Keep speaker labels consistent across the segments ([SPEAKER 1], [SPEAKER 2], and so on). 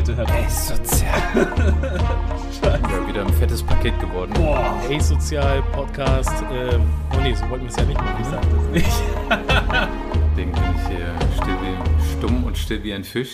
[SPEAKER 1] bitte, Herr Tom.
[SPEAKER 2] Sozial. Ja, wieder ein fettes Paket geworden.
[SPEAKER 1] Boah.
[SPEAKER 3] Sozial Podcast. So wollten wir es ja nicht machen.
[SPEAKER 1] Ich sag das nicht.
[SPEAKER 2] Deswegen bin ich hier stumm und still wie ein Fisch.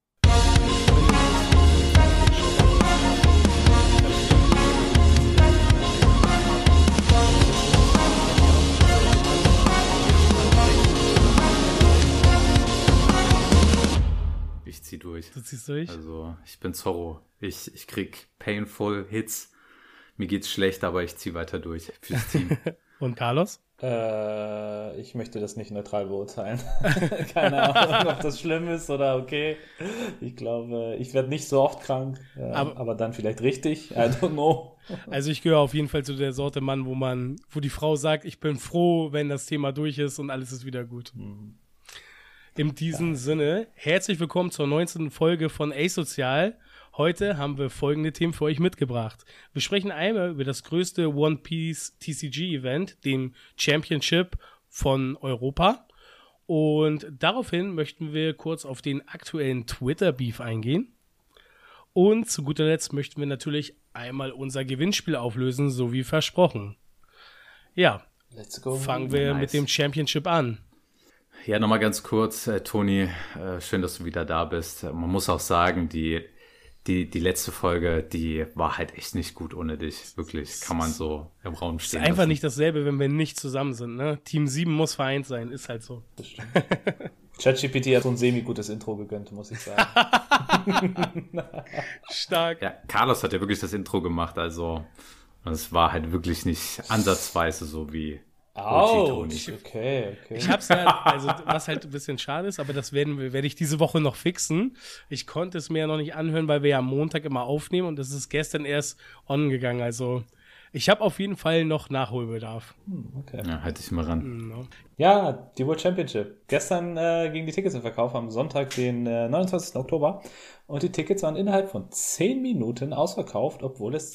[SPEAKER 2] Ich zieh durch.
[SPEAKER 3] Du ziehst durch?
[SPEAKER 2] Also, ich bin Zorro. Ich krieg painful Hits. Mir geht's schlecht, aber ich zieh weiter durch fürs Team.
[SPEAKER 3] Und Carlos?
[SPEAKER 1] Ich möchte das nicht neutral beurteilen. Keine Ahnung, ob das schlimm ist oder okay. Ich glaube, ich werde nicht so oft krank, aber dann vielleicht richtig. I don't know.
[SPEAKER 3] Also ich gehöre auf jeden Fall zu der Sorte Mann, wo die Frau sagt, ich bin froh, wenn das Thema durch ist und alles ist wieder gut. In diesem Sinne, herzlich willkommen zur 19. Folge von Asozial. Heute haben wir folgende Themen für euch mitgebracht. Wir sprechen einmal über das größte One Piece TCG-Event, dem Championship von Europa. Und daraufhin möchten wir kurz auf den aktuellen Twitter-Beef eingehen. Und zu guter Letzt möchten wir natürlich einmal unser Gewinnspiel auflösen, so wie versprochen. Ja,
[SPEAKER 1] Let's go.
[SPEAKER 3] Fangen wir mit dem Championship an.
[SPEAKER 2] Ja, nochmal ganz kurz, Toni, schön, dass du wieder da bist. Man muss auch sagen, die letzte Folge, die war halt echt nicht gut ohne dich. Wirklich, kann man so im Raum stehen
[SPEAKER 3] Ist einfach
[SPEAKER 2] lassen.
[SPEAKER 3] nicht dasselbe, wenn wir nicht zusammen sind, ne? Team 7 muss vereint sein, ist halt so.
[SPEAKER 1] Das stimmt. ChatGPT hat so ein semi-gutes Intro gegönnt, muss ich sagen.
[SPEAKER 3] Stark.
[SPEAKER 2] Ja, Carlos hat ja wirklich das Intro gemacht, also es war halt wirklich nicht ansatzweise so wie OG Toni.
[SPEAKER 1] Okay.
[SPEAKER 3] Ich hab's ja, also was halt ein bisschen schade ist, aber das werde ich diese Woche noch fixen. Ich konnte es mir ja noch nicht anhören, weil wir ja am Montag immer aufnehmen und das ist gestern erst on gegangen. Also ich habe auf jeden Fall noch Nachholbedarf.
[SPEAKER 1] Okay.
[SPEAKER 2] Ja, halte ich mal ran.
[SPEAKER 1] Ja, die World Championship. Gestern gingen die Tickets im Verkauf am Sonntag, den 29. Oktober. Und die Tickets waren innerhalb von 10 Minuten ausverkauft, obwohl es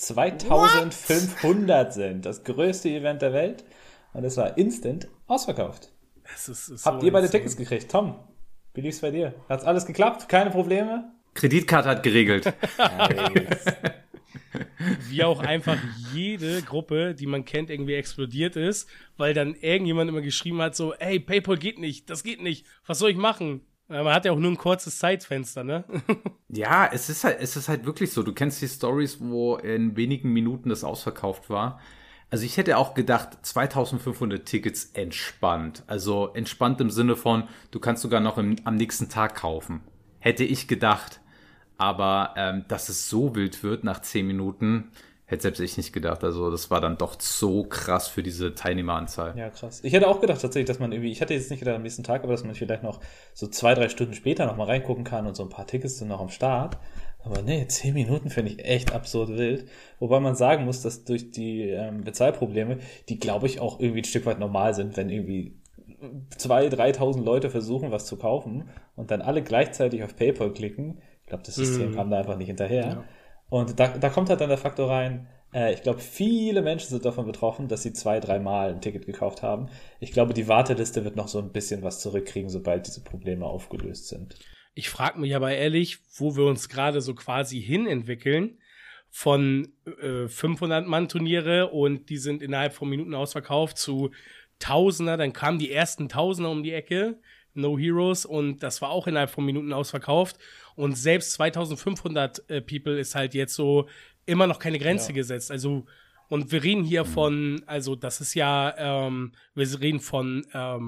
[SPEAKER 1] 2500 sind. Das größte Event der Welt. Und es war instant ausverkauft.
[SPEAKER 3] Ist
[SPEAKER 1] Habt ihr beide Tickets gekriegt? Tom, wie lief's bei dir? Hat's alles geklappt? Keine Probleme?
[SPEAKER 2] Kreditkarte hat geregelt.
[SPEAKER 1] Nice.
[SPEAKER 3] Wie auch einfach jede Gruppe, die man kennt, irgendwie explodiert ist, weil dann irgendjemand immer geschrieben hat so, ey, PayPal geht nicht, das geht nicht, was soll ich machen? Man hat ja auch nur ein kurzes Zeitfenster, ne?
[SPEAKER 2] Ja, es ist halt wirklich so. Du kennst die Stories, wo in wenigen Minuten das ausverkauft war. Also ich hätte auch gedacht, 2500 Tickets entspannt. Also entspannt im Sinne von, du kannst sogar noch am nächsten Tag kaufen. Hätte ich gedacht. Aber dass es so wild wird nach 10 Minuten, hätte selbst ich nicht gedacht. Also das war dann doch so krass für diese Teilnehmeranzahl.
[SPEAKER 1] Ja, krass. Ich hätte auch gedacht tatsächlich, dass man irgendwie, ich hatte jetzt nicht gedacht am nächsten Tag, aber dass man vielleicht noch so 2-3 Stunden später noch mal reingucken kann und so ein paar Tickets sind noch am Start. Aber nee, 10 Minuten finde ich echt absurd wild. Wobei man sagen muss, dass durch die Bezahlprobleme, die glaube ich auch irgendwie ein Stück weit normal sind, wenn irgendwie 2.000, 3.000 Leute versuchen, was zu kaufen und dann alle gleichzeitig auf PayPal klicken. Ich glaube, das System kam da einfach nicht hinterher. Ja. Und da kommt halt dann der Faktor rein, ich glaube, viele Menschen sind davon betroffen, dass sie 2-3 Mal ein Ticket gekauft haben. Ich glaube, die Warteliste wird noch so ein bisschen was zurückkriegen, sobald diese Probleme aufgelöst sind.
[SPEAKER 3] Ich frage mich aber ehrlich, wo wir uns gerade so quasi hin entwickeln von 500-Mann-Turniere und die sind innerhalb von Minuten ausverkauft zu Tausender, dann kamen die ersten Tausender um die Ecke, No Heroes, und das war auch innerhalb von Minuten ausverkauft und selbst 2500 People ist halt jetzt so immer noch keine Grenze gesetzt, also und wir reden hier von, also das ist ja, wir reden von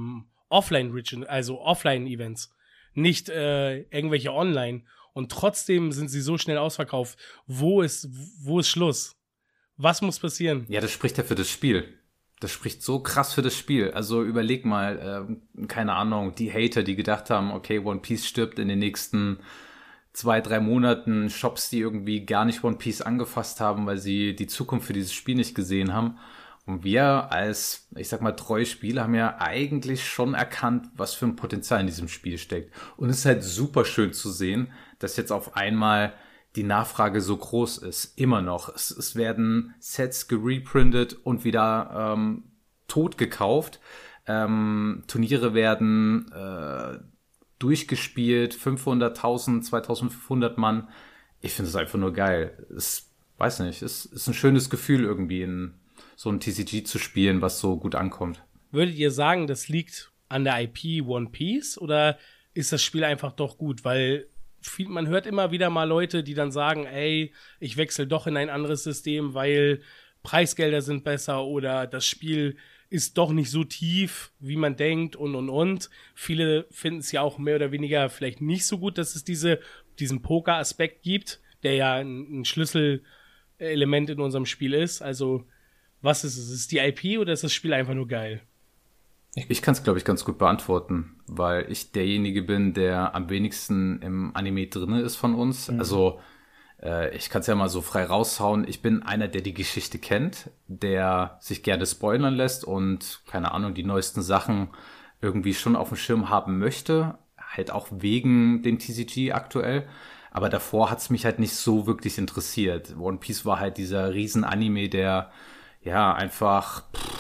[SPEAKER 3] Offline-Events. Nicht irgendwelche online. Und trotzdem sind sie so schnell ausverkauft. Wo ist Schluss? Was muss passieren?
[SPEAKER 2] Ja, das spricht ja für das Spiel. Das spricht so krass für das Spiel. Also überleg mal, keine Ahnung, die Hater, die gedacht haben, okay, One Piece stirbt in den nächsten 2-3 Monaten. Shops, die irgendwie gar nicht One Piece angefasst haben, weil sie die Zukunft für dieses Spiel nicht gesehen haben. Und wir als, ich sag mal, treue Spieler haben ja eigentlich schon erkannt, was für ein Potenzial in diesem Spiel steckt. Und es ist halt super schön zu sehen, dass jetzt auf einmal die Nachfrage so groß ist. Immer noch. Es werden Sets gereprintet und wieder tot gekauft. Turniere werden durchgespielt, 500.000, 2.500 Mann. Ich finde es einfach nur geil. Weiß nicht, ist ein schönes Gefühl irgendwie in so einem TCG zu spielen, was so gut ankommt.
[SPEAKER 3] Würdet ihr sagen, das liegt an der IP One Piece oder ist das Spiel einfach doch gut? Weil man hört immer wieder mal Leute, die dann sagen, ey, ich wechsle doch in ein anderes System, weil Preisgelder sind besser oder das Spiel ist doch nicht so tief, wie man denkt und. Viele finden es ja auch mehr oder weniger vielleicht nicht so gut, dass es diesen Poker-Aspekt gibt, der ja ein Schlüsselelement in unserem Spiel ist. Also, was ist es? Ist es die IP oder ist das Spiel einfach nur geil?
[SPEAKER 2] Ich kann es, glaube ich, ganz gut beantworten, weil ich derjenige bin, der am wenigsten im Anime drinne ist von uns. Also ich kann es ja mal so frei raushauen. Ich bin einer, der die Geschichte kennt, der sich gerne spoilern lässt und, keine Ahnung, die neuesten Sachen irgendwie schon auf dem Schirm haben möchte. Halt auch wegen dem TCG aktuell. Aber davor hat es mich halt nicht so wirklich interessiert. One Piece war halt dieser Riesen-Anime, der ja einfach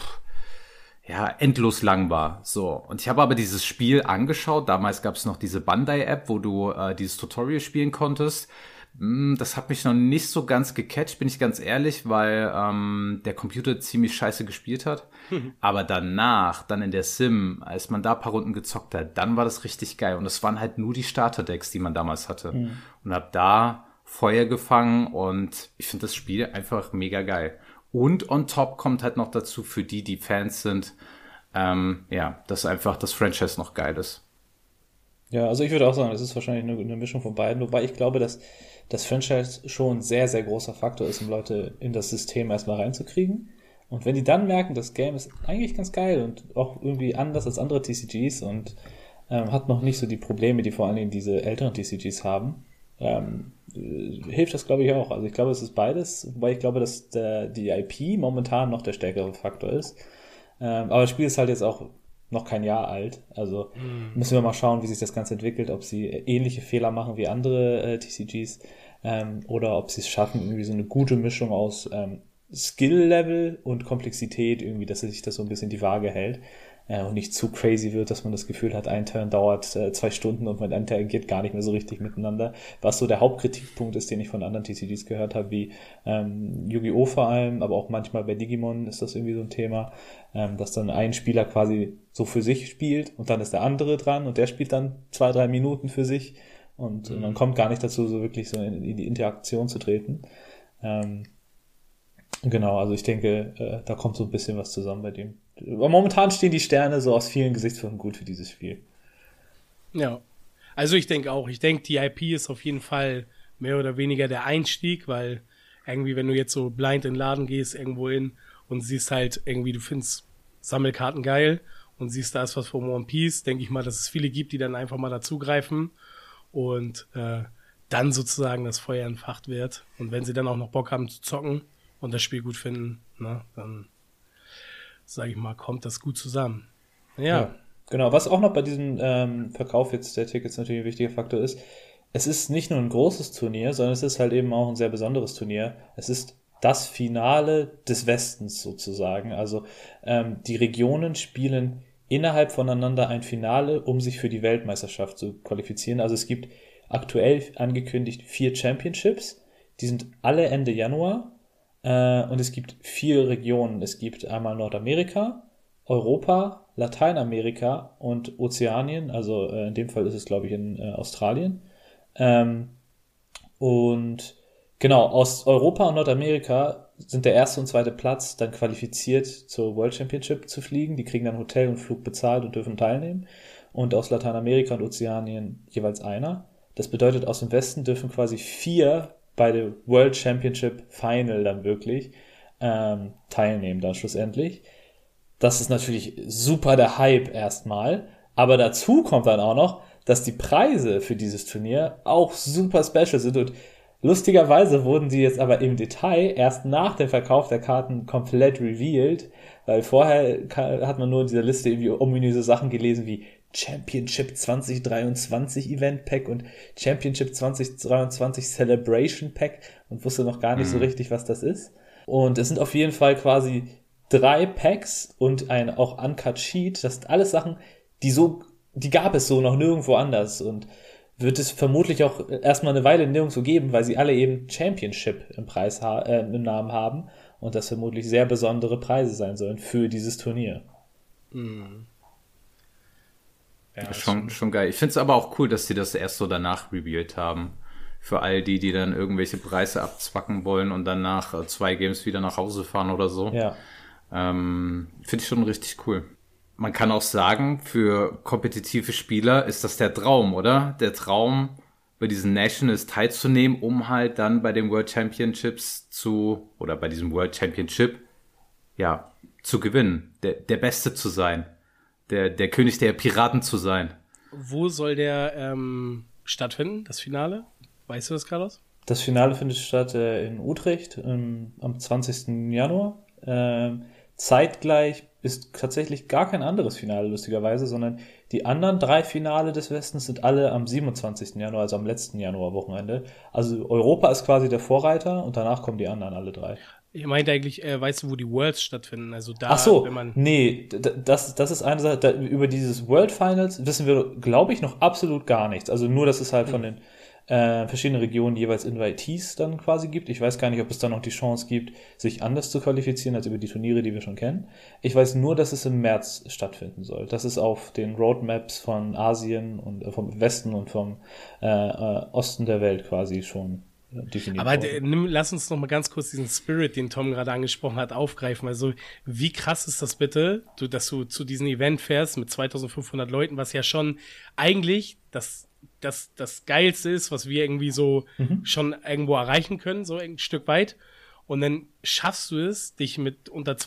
[SPEAKER 2] endlos lang war. So. Und ich habe aber dieses Spiel angeschaut. Damals gab es noch diese Bandai-App, wo du dieses Tutorial spielen konntest. Das hat mich noch nicht so ganz gecatcht, bin ich ganz ehrlich, weil der Computer ziemlich scheiße gespielt hat. Aber danach, dann in der Sim, als man da ein paar Runden gezockt hat, dann war das richtig geil. Und es waren halt nur die Starterdecks, die man damals hatte. Und habe da Feuer gefangen und ich finde das Spiel einfach mega geil. Und on top kommt halt noch dazu, für die Fans sind, dass einfach das Franchise noch geil ist.
[SPEAKER 1] Ja, also ich würde auch sagen, das ist wahrscheinlich eine Mischung von beiden, wobei ich glaube, dass das Franchise schon ein sehr, sehr großer Faktor ist, um Leute in das System erstmal reinzukriegen. Und wenn die dann merken, das Game ist eigentlich ganz geil und auch irgendwie anders als andere TCGs und hat noch nicht so die Probleme, die vor allen Dingen diese älteren TCGs haben, hilft das, glaube ich, auch. Also ich glaube, es ist beides, wobei ich glaube, dass die IP momentan noch der stärkere Faktor ist. Aber das Spiel ist halt jetzt auch noch kein Jahr alt. Also müssen wir mal schauen, wie sich das Ganze entwickelt, ob sie ähnliche Fehler machen wie andere TCGs oder ob sie es schaffen, irgendwie so eine gute Mischung aus Skill-Level und Komplexität irgendwie, dass sich das so ein bisschen die Waage hält und nicht zu crazy wird, dass man das Gefühl hat, ein Turn dauert 2 Stunden und man interagiert gar nicht mehr so richtig miteinander. Was so der Hauptkritikpunkt ist, den ich von anderen TCGs gehört habe, wie Yu-Gi-Oh! Vor allem, aber auch manchmal bei Digimon ist das irgendwie so ein Thema, dass dann ein Spieler quasi so für sich spielt und dann ist der andere dran und der spielt dann 2-3 Minuten für sich und man kommt gar nicht dazu, so wirklich so in die Interaktion zu treten. Genau, also ich denke, da kommt so ein bisschen was zusammen bei dem. Aber momentan stehen die Sterne so aus vielen Gesichtspunkten gut für dieses Spiel.
[SPEAKER 3] Ja, also ich denke auch. Ich denke, die IP ist auf jeden Fall mehr oder weniger der Einstieg, weil irgendwie, wenn du jetzt so blind in den Laden gehst, irgendwo hin und siehst halt irgendwie, du findest Sammelkarten geil und siehst, da ist was von One Piece, denke ich mal, dass es viele gibt, die dann einfach mal dazugreifen und dann sozusagen das Feuer entfacht wird. Und wenn sie dann auch noch Bock haben zu zocken und das Spiel gut finden, dann, sage ich mal, kommt das gut zusammen. Ja.
[SPEAKER 1] Genau, was auch noch bei diesem Verkauf jetzt der Tickets natürlich ein wichtiger Faktor ist, es ist nicht nur ein großes Turnier, sondern es ist halt eben auch ein sehr besonderes Turnier. Es ist das Finale des Westens sozusagen. Also die Regionen spielen innerhalb voneinander ein Finale, um sich für die Weltmeisterschaft zu qualifizieren. Also es gibt aktuell angekündigt 4 Championships, die sind alle Ende Januar. Und es gibt 4 Regionen. Es gibt einmal Nordamerika, Europa, Lateinamerika und Ozeanien. Also in dem Fall ist es, glaube ich, in Australien. Und genau, aus Europa und Nordamerika sind der erste und zweite Platz dann qualifiziert zur World Championship zu fliegen. Die kriegen dann Hotel und Flug bezahlt und dürfen teilnehmen. Und aus Lateinamerika und Ozeanien jeweils einer. Das bedeutet, aus dem Westen dürfen quasi 4 bei der World Championship Final dann wirklich teilnehmen dann schlussendlich. Das ist natürlich super der Hype erstmal, aber dazu kommt dann auch noch, dass die Preise für dieses Turnier auch super special sind und lustigerweise wurden die jetzt aber im Detail erst nach dem Verkauf der Karten komplett revealed, weil vorher hat man nur in dieser Liste irgendwie ominöse Sachen gelesen wie Championship 2023 Event Pack und Championship 2023 Celebration Pack und wusste noch gar nicht so richtig, was das ist. Und es sind auf jeden Fall quasi 3 Packs und ein auch Uncut Sheet. Das sind alles Sachen, die so die gab es so noch nirgendwo anders und wird es vermutlich auch erstmal eine Weile nirgendwo geben, weil sie alle eben Championship im Namen haben und das vermutlich sehr besondere Preise sein sollen für dieses Turnier.
[SPEAKER 2] Ja, schon geil. Ich finde es aber auch cool, dass die das erst so danach revealed haben. Für all die dann irgendwelche Preise abzwacken wollen und dann nach 2 Games wieder nach Hause fahren oder so.
[SPEAKER 1] Ja.
[SPEAKER 2] Finde ich schon richtig cool. Man kann auch sagen, für kompetitive Spieler ist das der Traum, oder? Der Traum, bei diesen Nationals teilzunehmen, um halt dann bei den World Championships oder bei diesem World Championship, ja, zu gewinnen. Der Beste zu sein. Der König der Piraten zu sein.
[SPEAKER 3] Wo soll der stattfinden, das Finale? Weißt du das, Carlos?
[SPEAKER 1] Das Finale findet statt in Utrecht am 20. Januar. Zeitgleich ist tatsächlich gar kein anderes Finale, lustigerweise, sondern die anderen 3 Finale des Westens sind alle am 27. Januar, also am letzten Januarwochenende. Also Europa ist quasi der Vorreiter und danach kommen die anderen alle 3.
[SPEAKER 3] Ich meinte eigentlich, weißt du, wo die Worlds stattfinden? Also da,
[SPEAKER 1] ach so,
[SPEAKER 3] wenn man
[SPEAKER 1] nee, das ist eine Sache, über dieses World Finals wissen wir, glaube ich, noch absolut gar nichts. Also nur, dass es halt von den verschiedenen Regionen jeweils Invitees dann quasi gibt. Ich weiß gar nicht, ob es dann noch die Chance gibt, sich anders zu qualifizieren als über die Turniere, die wir schon kennen. Ich weiß nur, dass es im März stattfinden soll. Das ist auf den Roadmaps von Asien und vom Westen und vom Osten der Welt quasi schon definiert.
[SPEAKER 3] Aber lass uns noch mal ganz kurz diesen Spirit, den Tom gerade angesprochen hat, aufgreifen. Also wie krass ist das bitte, dass du zu diesem Event fährst mit 2500 Leuten, was ja schon eigentlich das Geilste ist, was wir irgendwie so schon irgendwo erreichen können, so ein Stück weit. Und dann schaffst du es, dich mit unter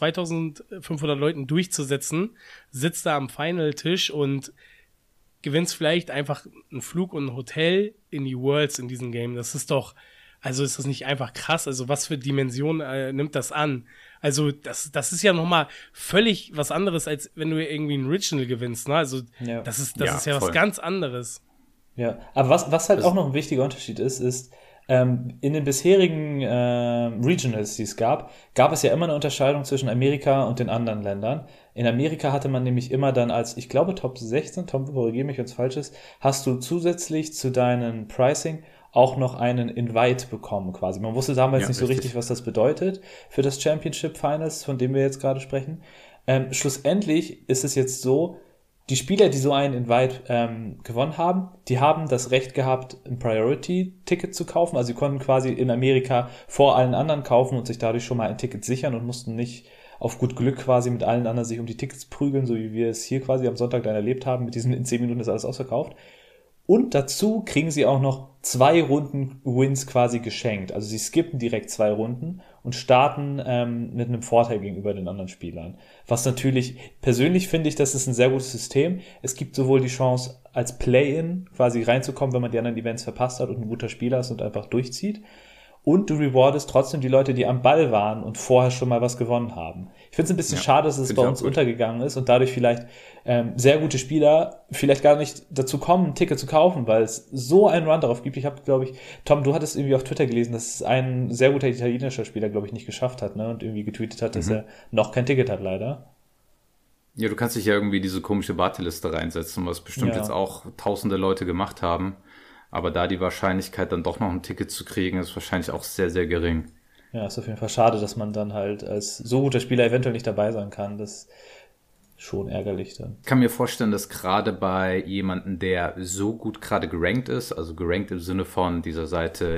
[SPEAKER 3] 2500 Leuten durchzusetzen, sitzt da am Final-Tisch und gewinnst vielleicht einfach einen Flug und ein Hotel in die Worlds in diesem Game. Das ist doch, also ist das nicht einfach krass? Also was für Dimensionen nimmt das an? Also das ist ja nochmal völlig was anderes, als wenn du irgendwie ein Regional gewinnst, ne? Also
[SPEAKER 1] ja.
[SPEAKER 3] Das ist ja was ganz anderes.
[SPEAKER 1] Ja, aber was halt auch noch ein wichtiger Unterschied ist, in den bisherigen Regionals, die es gab es ja immer eine Unterscheidung zwischen Amerika und den anderen Ländern. In Amerika hatte man nämlich immer dann als, ich glaube, Top 16, Tom, korrigiere mich, wenn es falsch ist, hast du zusätzlich zu deinem Pricing auch noch einen Invite bekommen quasi. Man wusste damals nicht so richtig, was das bedeutet für das Championship Finals, von dem wir jetzt gerade sprechen. Schlussendlich ist es jetzt so, die Spieler, die so einen Invite gewonnen haben, die haben das Recht gehabt, ein Priority-Ticket zu kaufen. Also sie konnten quasi in Amerika vor allen anderen kaufen und sich dadurch schon mal ein Ticket sichern und mussten nicht auf gut Glück quasi mit allen anderen sich um die Tickets prügeln, so wie wir es hier quasi am Sonntag dann erlebt haben. Mit diesen in 10 Minuten ist alles ausverkauft. Und dazu kriegen sie auch noch 2 Runden Wins quasi geschenkt. Also sie skippen direkt 2 Runden und starten mit einem Vorteil gegenüber den anderen Spielern. Was natürlich, persönlich finde ich, das ist ein sehr gutes System. Es gibt sowohl die Chance, als Play-In quasi reinzukommen, wenn man die anderen Events verpasst hat und ein guter Spieler ist und einfach durchzieht. Und du rewardest trotzdem die Leute, die am Ball waren und vorher schon mal was gewonnen haben. Ich finde es ein bisschen schade, dass es bei uns untergegangen ist und dadurch vielleicht sehr gute Spieler vielleicht gar nicht dazu kommen, ein Ticket zu kaufen, weil es so einen Run darauf gibt. Ich habe, glaube ich, Tom, du hattest irgendwie auf Twitter gelesen, dass es ein sehr guter italienischer Spieler, glaube ich, nicht geschafft hat, ne? Und irgendwie getweetet hat, dass er noch kein Ticket hat, leider.
[SPEAKER 2] Ja, du kannst dich ja irgendwie diese komische Warteliste reinsetzen, was bestimmt jetzt auch tausende Leute gemacht haben. Aber da die Wahrscheinlichkeit, dann doch noch ein Ticket zu kriegen, ist wahrscheinlich auch sehr, sehr gering.
[SPEAKER 1] Ja, ist auf jeden Fall schade, dass man dann halt als so guter Spieler eventuell nicht dabei sein kann. Das ist schon ärgerlich dann.
[SPEAKER 2] Ich kann mir vorstellen, dass gerade bei jemandem, der so gut gerade gerankt ist, also gerankt im Sinne von dieser Seite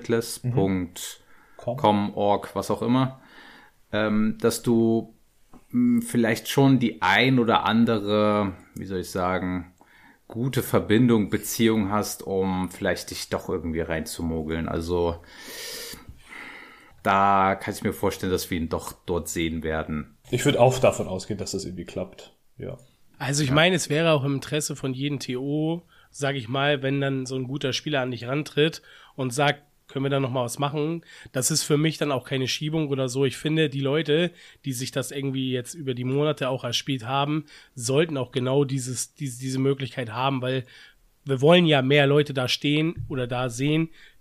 [SPEAKER 2] limitless.com, org, was auch immer, dass du vielleicht schon die ein oder andere, wie soll ich sagen, gute Verbindung, Beziehung hast, um vielleicht dich doch irgendwie reinzumogeln. Also da kann ich mir vorstellen, dass wir ihn doch dort sehen werden.
[SPEAKER 1] Ich würde auch davon ausgehen, dass das irgendwie klappt. Ja.
[SPEAKER 3] Also ich meine, es wäre auch im Interesse von jedem TO, sage ich mal, wenn dann so ein guter Spieler an dich rantritt und sagt, können wir da noch mal was machen? Das ist für mich dann auch keine Schiebung oder so. Ich finde, die Leute, die sich das irgendwie jetzt über die Monate auch erspielt haben, sollten auch genau diese Möglichkeit haben, weil wir wollen ja mehr Leute da stehen oder da sehen,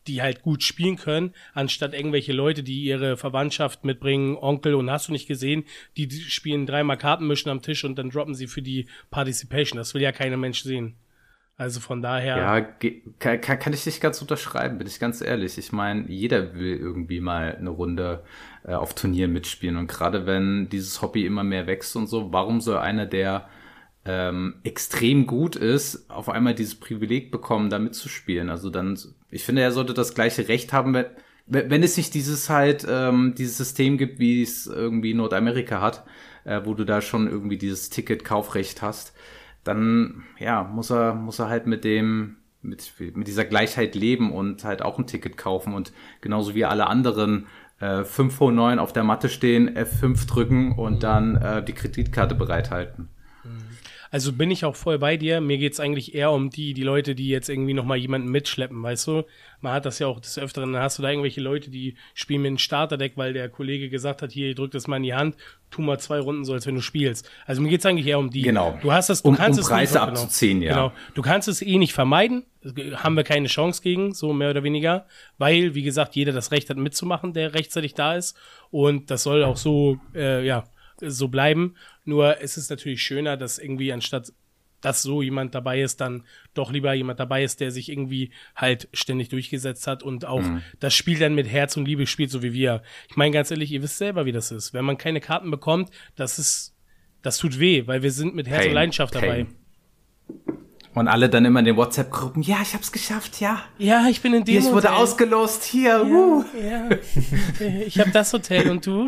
[SPEAKER 3] die halt gut spielen können, anstatt irgendwelche Leute, die ihre Verwandtschaft mitbringen, Onkel und hast du nicht gesehen, die spielen 3-mal Kartenmischen am Tisch und dann droppen sie für die Participation. Das will ja keiner Mensch sehen. Also von daher...
[SPEAKER 2] Ja, kann ich nicht ganz unterschreiben, bin ich ganz ehrlich. Ich meine, jeder will irgendwie mal eine Runde auf Turnieren mitspielen. Und gerade wenn dieses Hobby immer mehr wächst und so, warum soll einer, der extrem gut ist, auf einmal dieses Privileg bekommen, da mitzuspielen? Also dann, ich finde, er sollte das gleiche Recht haben, wenn es nicht dieses System gibt, wie es irgendwie Nordamerika hat, wo du da schon irgendwie dieses Ticket-Kaufrecht hast. Dann, ja, muss er halt mit dieser Gleichheit leben und halt auch ein Ticket kaufen und genauso wie alle anderen 5 vor 9 auf der Matte stehen, F5 drücken und dann die Kreditkarte bereithalten.
[SPEAKER 3] Also bin ich auch voll bei dir. Mir geht's eigentlich eher um die Leute, die jetzt irgendwie nochmal jemanden mitschleppen, weißt du? Man hat das ja auch des Öfteren, dann hast du da irgendwelche Leute, die spielen mit einem Starterdeck, weil der Kollege gesagt hat, hier, drück das mal in die Hand, tu mal 2 Runden so, als wenn du spielst. Also mir geht's eigentlich eher um die.
[SPEAKER 2] Genau.
[SPEAKER 3] Du hast das, du kannst es
[SPEAKER 2] Preise abzuziehen, ja.
[SPEAKER 3] Genau. Du kannst es eh nicht vermeiden. Haben wir keine Chance gegen, so mehr oder weniger, weil, wie gesagt, jeder das Recht hat mitzumachen, der rechtzeitig da ist. Und das soll auch so, so bleiben. Nur es ist natürlich schöner, dass irgendwie anstatt dass so jemand dabei ist, dann doch lieber jemand dabei ist, der sich irgendwie halt ständig durchgesetzt hat und auch das Spiel dann mit Herz und Liebe spielt, so wie wir. Ich meine, ganz ehrlich, ihr wisst selber, wie das ist. Wenn man keine Karten bekommt, das tut weh, weil wir sind mit Herz und Leidenschaft dabei.
[SPEAKER 2] Und alle dann immer in den WhatsApp-Gruppen, ja, ich hab's geschafft, ja.
[SPEAKER 3] Ja, ich bin in dem
[SPEAKER 2] Hotel. Ich wurde ausgelost, hier,
[SPEAKER 3] Ja, ich hab das Hotel und du?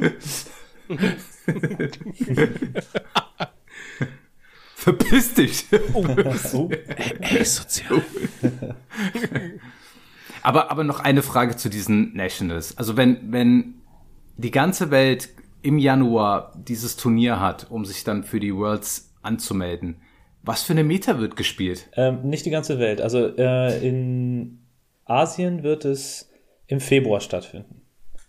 [SPEAKER 2] Verpiss dich.
[SPEAKER 3] Ey, sozial.
[SPEAKER 2] Aber noch eine Frage zu diesen Nationals. Also wenn die ganze Welt im Januar dieses Turnier hat, um sich dann für die Worlds anzumelden, was für eine Meta wird gespielt?
[SPEAKER 1] Nicht die ganze Welt. Also in Asien wird es im Februar stattfinden.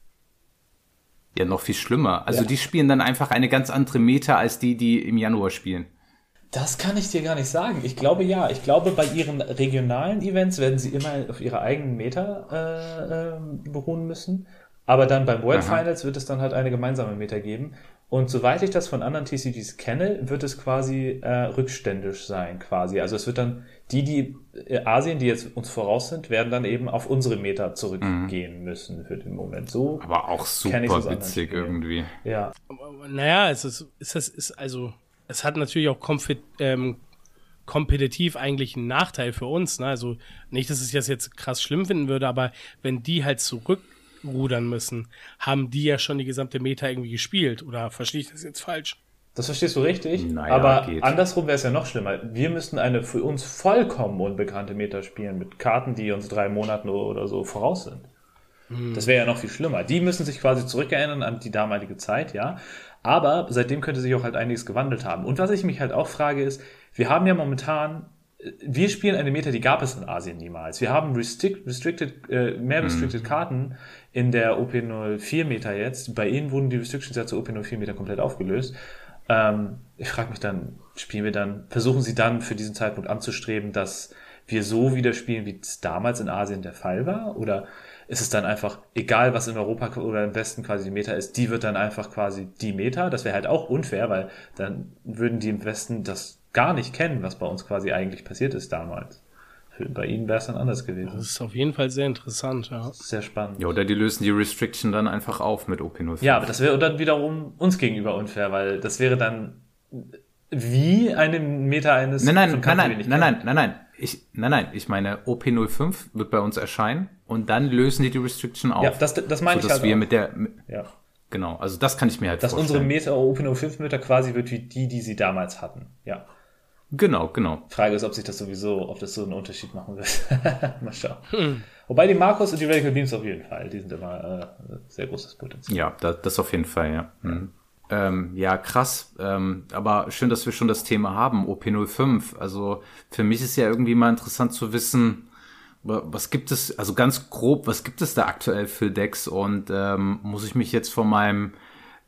[SPEAKER 2] Ja, noch viel schlimmer. Also
[SPEAKER 1] Ja.
[SPEAKER 2] die spielen dann einfach eine ganz andere Meta als die im Januar spielen.
[SPEAKER 1] Das kann ich dir gar nicht sagen. Ich glaube ja. Ich glaube, bei ihren regionalen Events werden sie immer auf ihrer eigenen Meta beruhen müssen. Aber dann beim World Finals wird es dann halt eine gemeinsame Meta geben. Und soweit ich das von anderen TCGs kenne, wird es quasi rückständisch sein, quasi. Also es wird dann die Asien, die jetzt uns voraus sind, werden dann eben auf unsere Meta zurückgehen müssen für den Moment. So.
[SPEAKER 2] Aber auch
[SPEAKER 1] kenn ich es aus
[SPEAKER 2] super
[SPEAKER 1] anderen
[SPEAKER 2] witzig
[SPEAKER 1] Spielen.
[SPEAKER 2] irgendwie.
[SPEAKER 1] Ja.
[SPEAKER 3] Naja, es hat natürlich auch kompetitiv eigentlich einen Nachteil für uns. Ne? Also nicht, dass ich das jetzt krass schlimm finden würde, aber wenn die halt zurückrudern müssen, haben die ja schon die gesamte Meta irgendwie gespielt. Oder verstehe ich das jetzt falsch?
[SPEAKER 1] Das verstehst du richtig,
[SPEAKER 2] Naja,
[SPEAKER 1] aber
[SPEAKER 2] geht.
[SPEAKER 1] andersrum wäre es ja noch schlimmer. Wir müssten eine für uns vollkommen unbekannte Meta spielen mit Karten, die uns 3 Monate oder so voraus sind. Das wäre ja noch viel schlimmer. Die müssen sich quasi zurückerinnern an die damalige Zeit, ja. Aber seitdem könnte sich auch halt einiges gewandelt haben. Und was ich mich halt auch frage ist, wir haben ja momentan, wir spielen eine Meta, die gab es in Asien niemals. Wir haben mehr restricted Karten in der OP04 Meta jetzt. Bei ihnen wurden die Restrictions ja zur OP04 Meta komplett aufgelöst. Ich frage mich dann, versuchen sie dann für diesen Zeitpunkt anzustreben, dass wir so wieder spielen, wie es damals in Asien der Fall war? Oder ist es dann einfach, egal was in Europa oder im Westen quasi die Meta ist, die wird dann einfach quasi die Meta? Das wäre halt auch unfair, weil dann würden die im Westen das gar nicht kennen, was bei uns quasi eigentlich passiert ist damals. Bei ihnen wäre es dann anders gewesen.
[SPEAKER 3] Das ist auf jeden Fall sehr interessant, ja.
[SPEAKER 1] Sehr spannend.
[SPEAKER 2] Ja, oder die lösen die Restriction dann einfach auf mit OP05.
[SPEAKER 1] Ja, aber das wäre dann wiederum uns gegenüber unfair, weil das wäre dann wie eine Meta eines von Karten, die wir nicht kennen.
[SPEAKER 2] Nein. Ich meine, OP05 wird bei uns erscheinen und dann lösen die Restriction auf.
[SPEAKER 1] Ja, das meine ich halt
[SPEAKER 2] wir
[SPEAKER 1] auch.
[SPEAKER 2] Ja. Genau, also das kann ich mir halt
[SPEAKER 1] dass
[SPEAKER 2] vorstellen.
[SPEAKER 1] unsere OP05 Meta quasi wird wie die sie damals hatten. Ja.
[SPEAKER 2] Genau.
[SPEAKER 1] Frage ist, ob das so einen Unterschied machen wird. Mal schauen. Wobei die Markus und die Radical Beams auf jeden Fall, die sind immer sehr großes Potenzial.
[SPEAKER 2] Ja, das auf jeden Fall, ja. Ja, krass. Aber schön, dass wir schon das Thema haben, OP05. Also für mich ist ja irgendwie mal interessant zu wissen, was gibt es, also ganz grob, was gibt es da aktuell für Decks und muss ich mich jetzt von meinem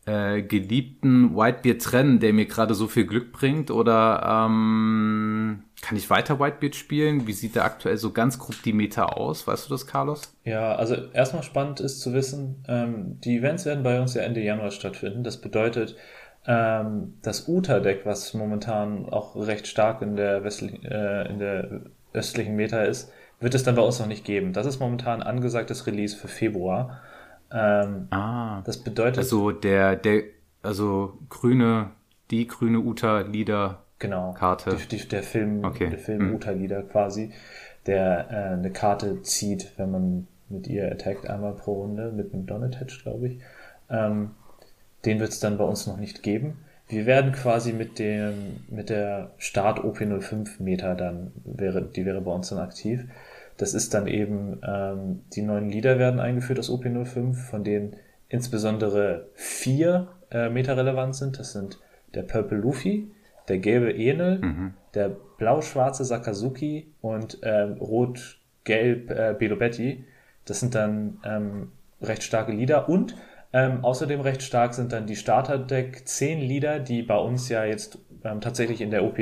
[SPEAKER 2] geliebten Whitebeard trennen, der mir gerade so viel Glück bringt oder Kann ich weiter Whitebeard spielen? Wie sieht da aktuell so ganz grob die Meta aus? Weißt du das, Carlos?
[SPEAKER 1] Ja, also erstmal spannend ist zu wissen, die Events werden bei uns ja Ende Januar stattfinden. Das bedeutet, das Uta-Deck, was momentan auch recht stark in der östlichen Meta ist, wird es dann bei uns noch nicht geben. Das ist momentan angesagtes Release für Februar. Das bedeutet...
[SPEAKER 2] Also die grüne Uta-Leader
[SPEAKER 1] Genau,
[SPEAKER 2] Karte.
[SPEAKER 1] Der Film Uta-Leader quasi, der eine Karte zieht, wenn man mit ihr attackt, einmal pro Runde, mit einem Don-Attach, glaube ich. Den wird es dann bei uns noch nicht geben. Wir werden quasi mit der Start OP05 Meta die wäre bei uns dann aktiv. Das ist dann eben, die neuen Leader werden eingeführt aus OP05, von denen insbesondere 4 Meta relevant sind. Das sind der Purple Luffy, der gelbe Enel, der blau-schwarze Sakazuki und rot-gelb Belobetti. Das sind dann recht starke Leader und außerdem recht stark sind dann die Starter-Deck 10 Leader, die bei uns ja jetzt tatsächlich in der OP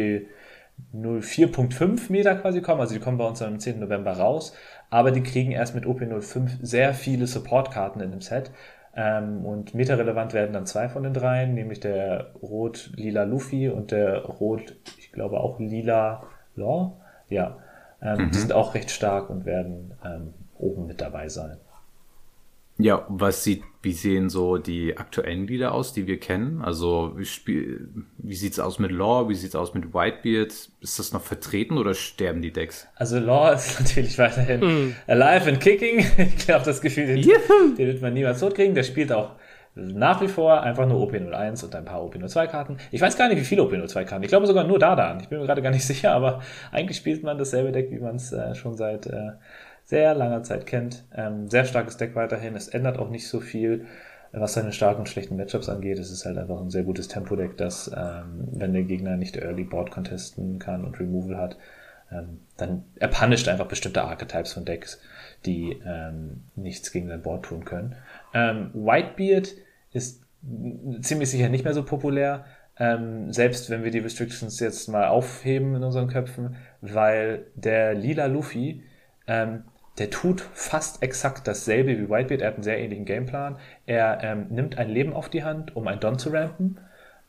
[SPEAKER 1] 04.5 Meter quasi kommen. Also die kommen bei uns am 10. November raus, aber die kriegen erst mit OP 05 sehr viele Support-Karten in dem Set. Und meta-relevant werden dann 2 von den 3, nämlich der rot-lila Luffy und der ich glaube auch lila Law. Ja, die sind auch recht stark und werden oben mit dabei sein.
[SPEAKER 2] Ja, wie sehen so die aktuellen Lieder aus, die wir kennen? Also wie sieht's aus mit Law, wie sieht's aus mit Whitebeard? Ist das noch vertreten oder sterben die Decks?
[SPEAKER 1] Also Law ist natürlich weiterhin alive and kicking. Ich glaube, das Gefühl, den wird man niemals totkriegen. Der spielt auch nach wie vor einfach nur OP01 und ein paar OP02 Karten. Ich weiß gar nicht, wie viele OP02 Karten. Ich glaube sogar nur Dardan. Ich bin mir gerade gar nicht sicher, aber eigentlich spielt man dasselbe Deck, wie man es schon seit sehr langer Zeit kennt. Sehr starkes Deck weiterhin. Es ändert auch nicht so viel, was seine starken und schlechten Matchups angeht. Es ist halt einfach ein sehr gutes Tempo-Deck, das, wenn der Gegner nicht Early Board contesten kann und Removal hat, dann er punisht einfach bestimmte Archetypes von Decks, die nichts gegen sein Board tun können. Whitebeard ist ziemlich sicher nicht mehr so populär, selbst wenn wir die Restrictions jetzt mal aufheben in unseren Köpfen, weil der lila Luffy, der tut fast exakt dasselbe wie Whitebeard. Er hat einen sehr ähnlichen Gameplan. Er nimmt ein Leben auf die Hand, um ein Don zu rampen.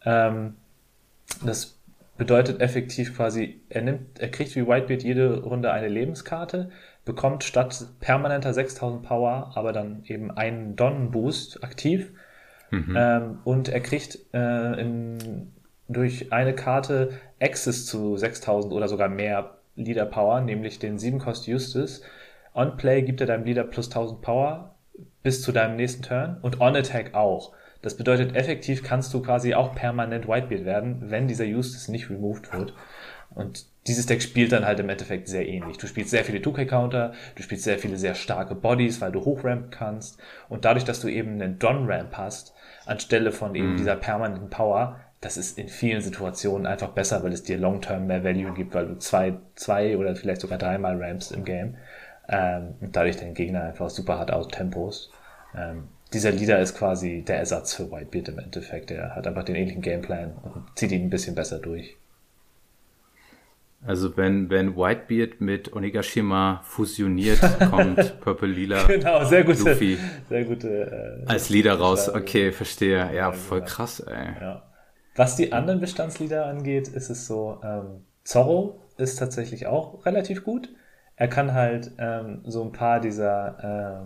[SPEAKER 1] Das bedeutet effektiv quasi, er kriegt wie Whitebeard jede Runde eine Lebenskarte, bekommt statt permanenter 6000 Power aber dann eben einen Don-Boost aktiv. Und er kriegt durch eine Karte Access zu 6000 oder sogar mehr Leader Power, nämlich den 7-Cost Eustace. On Play gibt er deinem Leader plus 1000 Power bis zu deinem nächsten Turn und On Attack auch. Das bedeutet, effektiv kannst du quasi auch permanent Whitebeard werden, wenn dieser Eustace nicht removed wird. Und dieses Deck spielt dann halt im Endeffekt sehr ähnlich. Du spielst sehr viele 2K-Counter, du spielst sehr viele sehr starke Bodies, weil du hochrampen kannst. Und dadurch, dass du eben einen Don-Ramp hast, anstelle von eben dieser permanenten Power, das ist in vielen Situationen einfach besser, weil es dir long-term mehr Value gibt, weil du zwei oder vielleicht sogar 3-mal rampst im Game. Und dadurch den Gegner einfach super hart outtempos. Dieser Leader ist quasi der Ersatz für Whitebeard im Endeffekt. Der hat einfach den ähnlichen Gameplan und zieht ihn ein bisschen besser durch.
[SPEAKER 2] Also wenn Whitebeard mit Onigashima fusioniert, kommt Purple Lila
[SPEAKER 1] genau, sehr gute,
[SPEAKER 2] Luffy
[SPEAKER 1] als
[SPEAKER 2] Leader raus. Okay, verstehe. Ja, voll krass, ey.
[SPEAKER 1] Ja. Was die anderen Bestandslieder angeht, ist es so, Zorro ist tatsächlich auch relativ gut. Er kann halt so ein paar dieser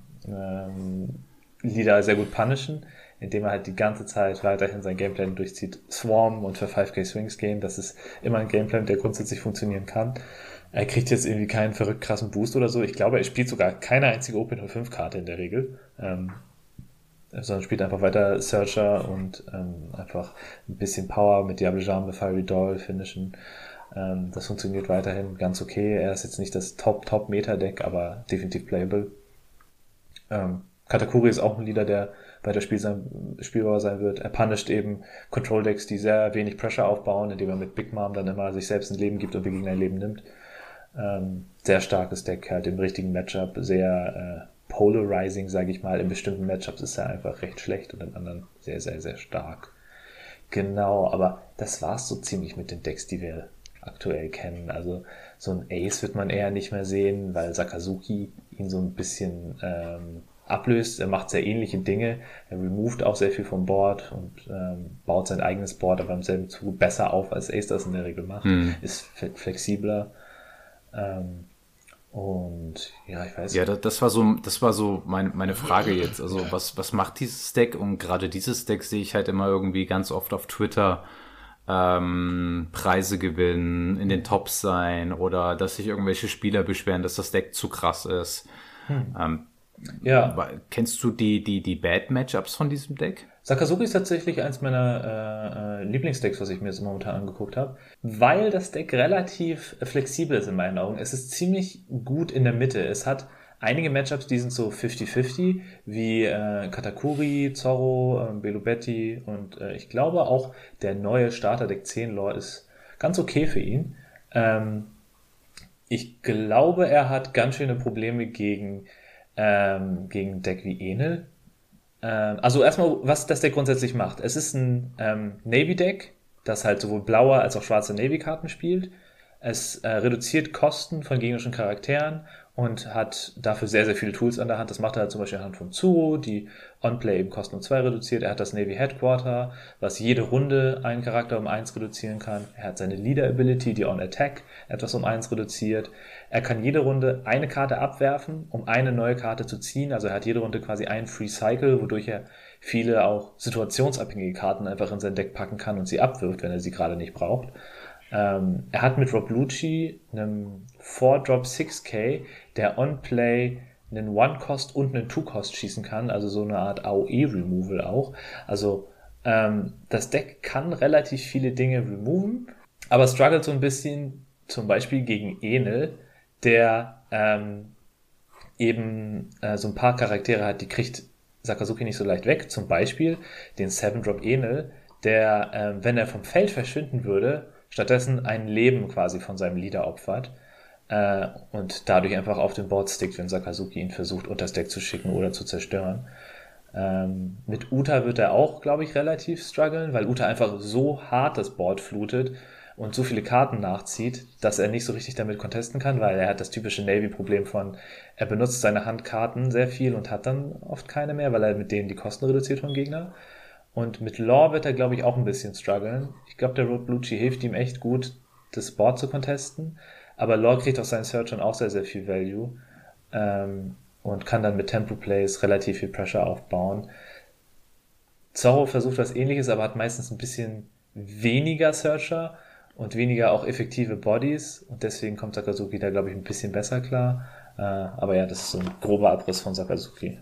[SPEAKER 1] Lieder sehr gut punishen, indem er halt die ganze Zeit weiterhin sein Gameplan durchzieht. Swarm und für 5K Swings gehen, das ist immer ein Gameplan, der grundsätzlich funktionieren kann. Er kriegt jetzt irgendwie keinen verrückt krassen Boost oder so. Ich glaube, er spielt sogar keine einzige OP05-Karte in der Regel. Sondern spielt einfach weiter Searcher und einfach ein bisschen Power mit Diable Jambe, Fiery Doll, Finishen. Das funktioniert weiterhin ganz okay. Er ist jetzt nicht das Top-Meta-Deck, aber definitiv playable. Katakuri ist auch ein Leader, der weiter spielbar sein wird. Er punisht eben Control-Decks, die sehr wenig Pressure aufbauen, indem er mit Big Mom dann immer sich selbst ein Leben gibt und gegen ein Leben nimmt. Sehr starkes Deck, halt im richtigen Matchup, sehr polarizing, sage ich mal. In bestimmten Matchups ist er einfach recht schlecht und in anderen sehr, sehr, sehr stark. Genau, aber das war's so ziemlich mit den Decks, die wir aktuell kennen. Also so ein Ace wird man eher nicht mehr sehen, weil Sakazuki ihn so ein bisschen ablöst. Er macht sehr ähnliche Dinge. Er removed auch sehr viel vom Board und baut sein eigenes Board, aber im selben Zuge besser auf, als Ace das in der Regel macht. Ist flexibler. Und ja, ich weiß.
[SPEAKER 2] Ja, das war so meine Frage jetzt. Also was macht dieses Deck? Und gerade dieses Deck sehe ich halt immer irgendwie ganz oft auf Twitter Preise gewinnen, in den Tops sein oder dass sich irgendwelche Spieler beschweren, dass das Deck zu krass ist. Kennst du die Bad-Matchups von diesem Deck?
[SPEAKER 1] Sakazuki ist tatsächlich eins meiner Lieblingsdecks, was ich mir jetzt momentan angeguckt habe, weil das Deck relativ flexibel ist in meinen Augen. Es ist ziemlich gut in der Mitte. Es hat einige Matchups, die sind so 50-50, wie Katakuri, Zorro, Belubetti und ich glaube auch der neue Starter-Deck 10 Lore ist ganz okay für ihn. Ich glaube, er hat ganz schöne Probleme gegen ein Deck wie Enel. Also erstmal, was das Deck grundsätzlich macht. Es ist ein Navy-Deck, das halt sowohl blaue als auch schwarze Navy-Karten spielt. Es reduziert Kosten von gegnerischen Charakteren und hat dafür sehr, sehr viele Tools an der Hand. Das macht er halt zum Beispiel anhand von Zuro, die On-Play eben Kosten um 2 reduziert. Er hat das Navy Headquarter, was jede Runde einen Charakter um 1 reduzieren kann. Er hat seine Leader-Ability, die On-Attack, etwas um 1 reduziert. Er kann jede Runde eine Karte abwerfen, um eine neue Karte zu ziehen. Also er hat jede Runde quasi einen Free Cycle, wodurch er viele auch situationsabhängige Karten einfach in sein Deck packen kann und sie abwirft, wenn er sie gerade nicht braucht. Er hat mit Rob Lucci einem 4-Drop 6K, der On-Play einen One-Cost und einen Two-Cost schießen kann, also so eine Art AOE-Removal auch. Also das Deck kann relativ viele Dinge removen, aber struggelt so ein bisschen zum Beispiel gegen Enel, der eben so ein paar Charaktere hat, die kriegt Sakazuki nicht so leicht weg. Zum Beispiel den 7-Drop Enel, der, wenn er vom Feld verschwinden würde, stattdessen ein Leben quasi von seinem Leader opfert und dadurch einfach auf dem Board stickt, wenn Sakazuki ihn versucht, unter das Deck zu schicken oder zu zerstören. Mit Uta wird er auch, glaube ich, relativ strugglen, weil Uta einfach so hart das Board flutet und so viele Karten nachzieht, dass er nicht so richtig damit contesten kann, weil er hat das typische Navy-Problem von, er benutzt seine Handkarten sehr viel und hat dann oft keine mehr, weil er mit denen die Kosten reduziert vom Gegner. Und mit Lore wird er, glaube ich, auch ein bisschen strugglen. Ich glaube, der Road Lucci hilft ihm echt gut, das Board zu contesten. Aber Lore kriegt auf seinen Searchern auch sehr, sehr viel Value. Und kann dann mit Tempo Plays relativ viel Pressure aufbauen. Zorro versucht was Ähnliches, aber hat meistens ein bisschen weniger Searcher und weniger auch effektive Bodies. Und deswegen kommt Sakazuki da, glaube ich, ein bisschen besser klar. Aber ja, das ist so ein grober Abriss von Sakazuki.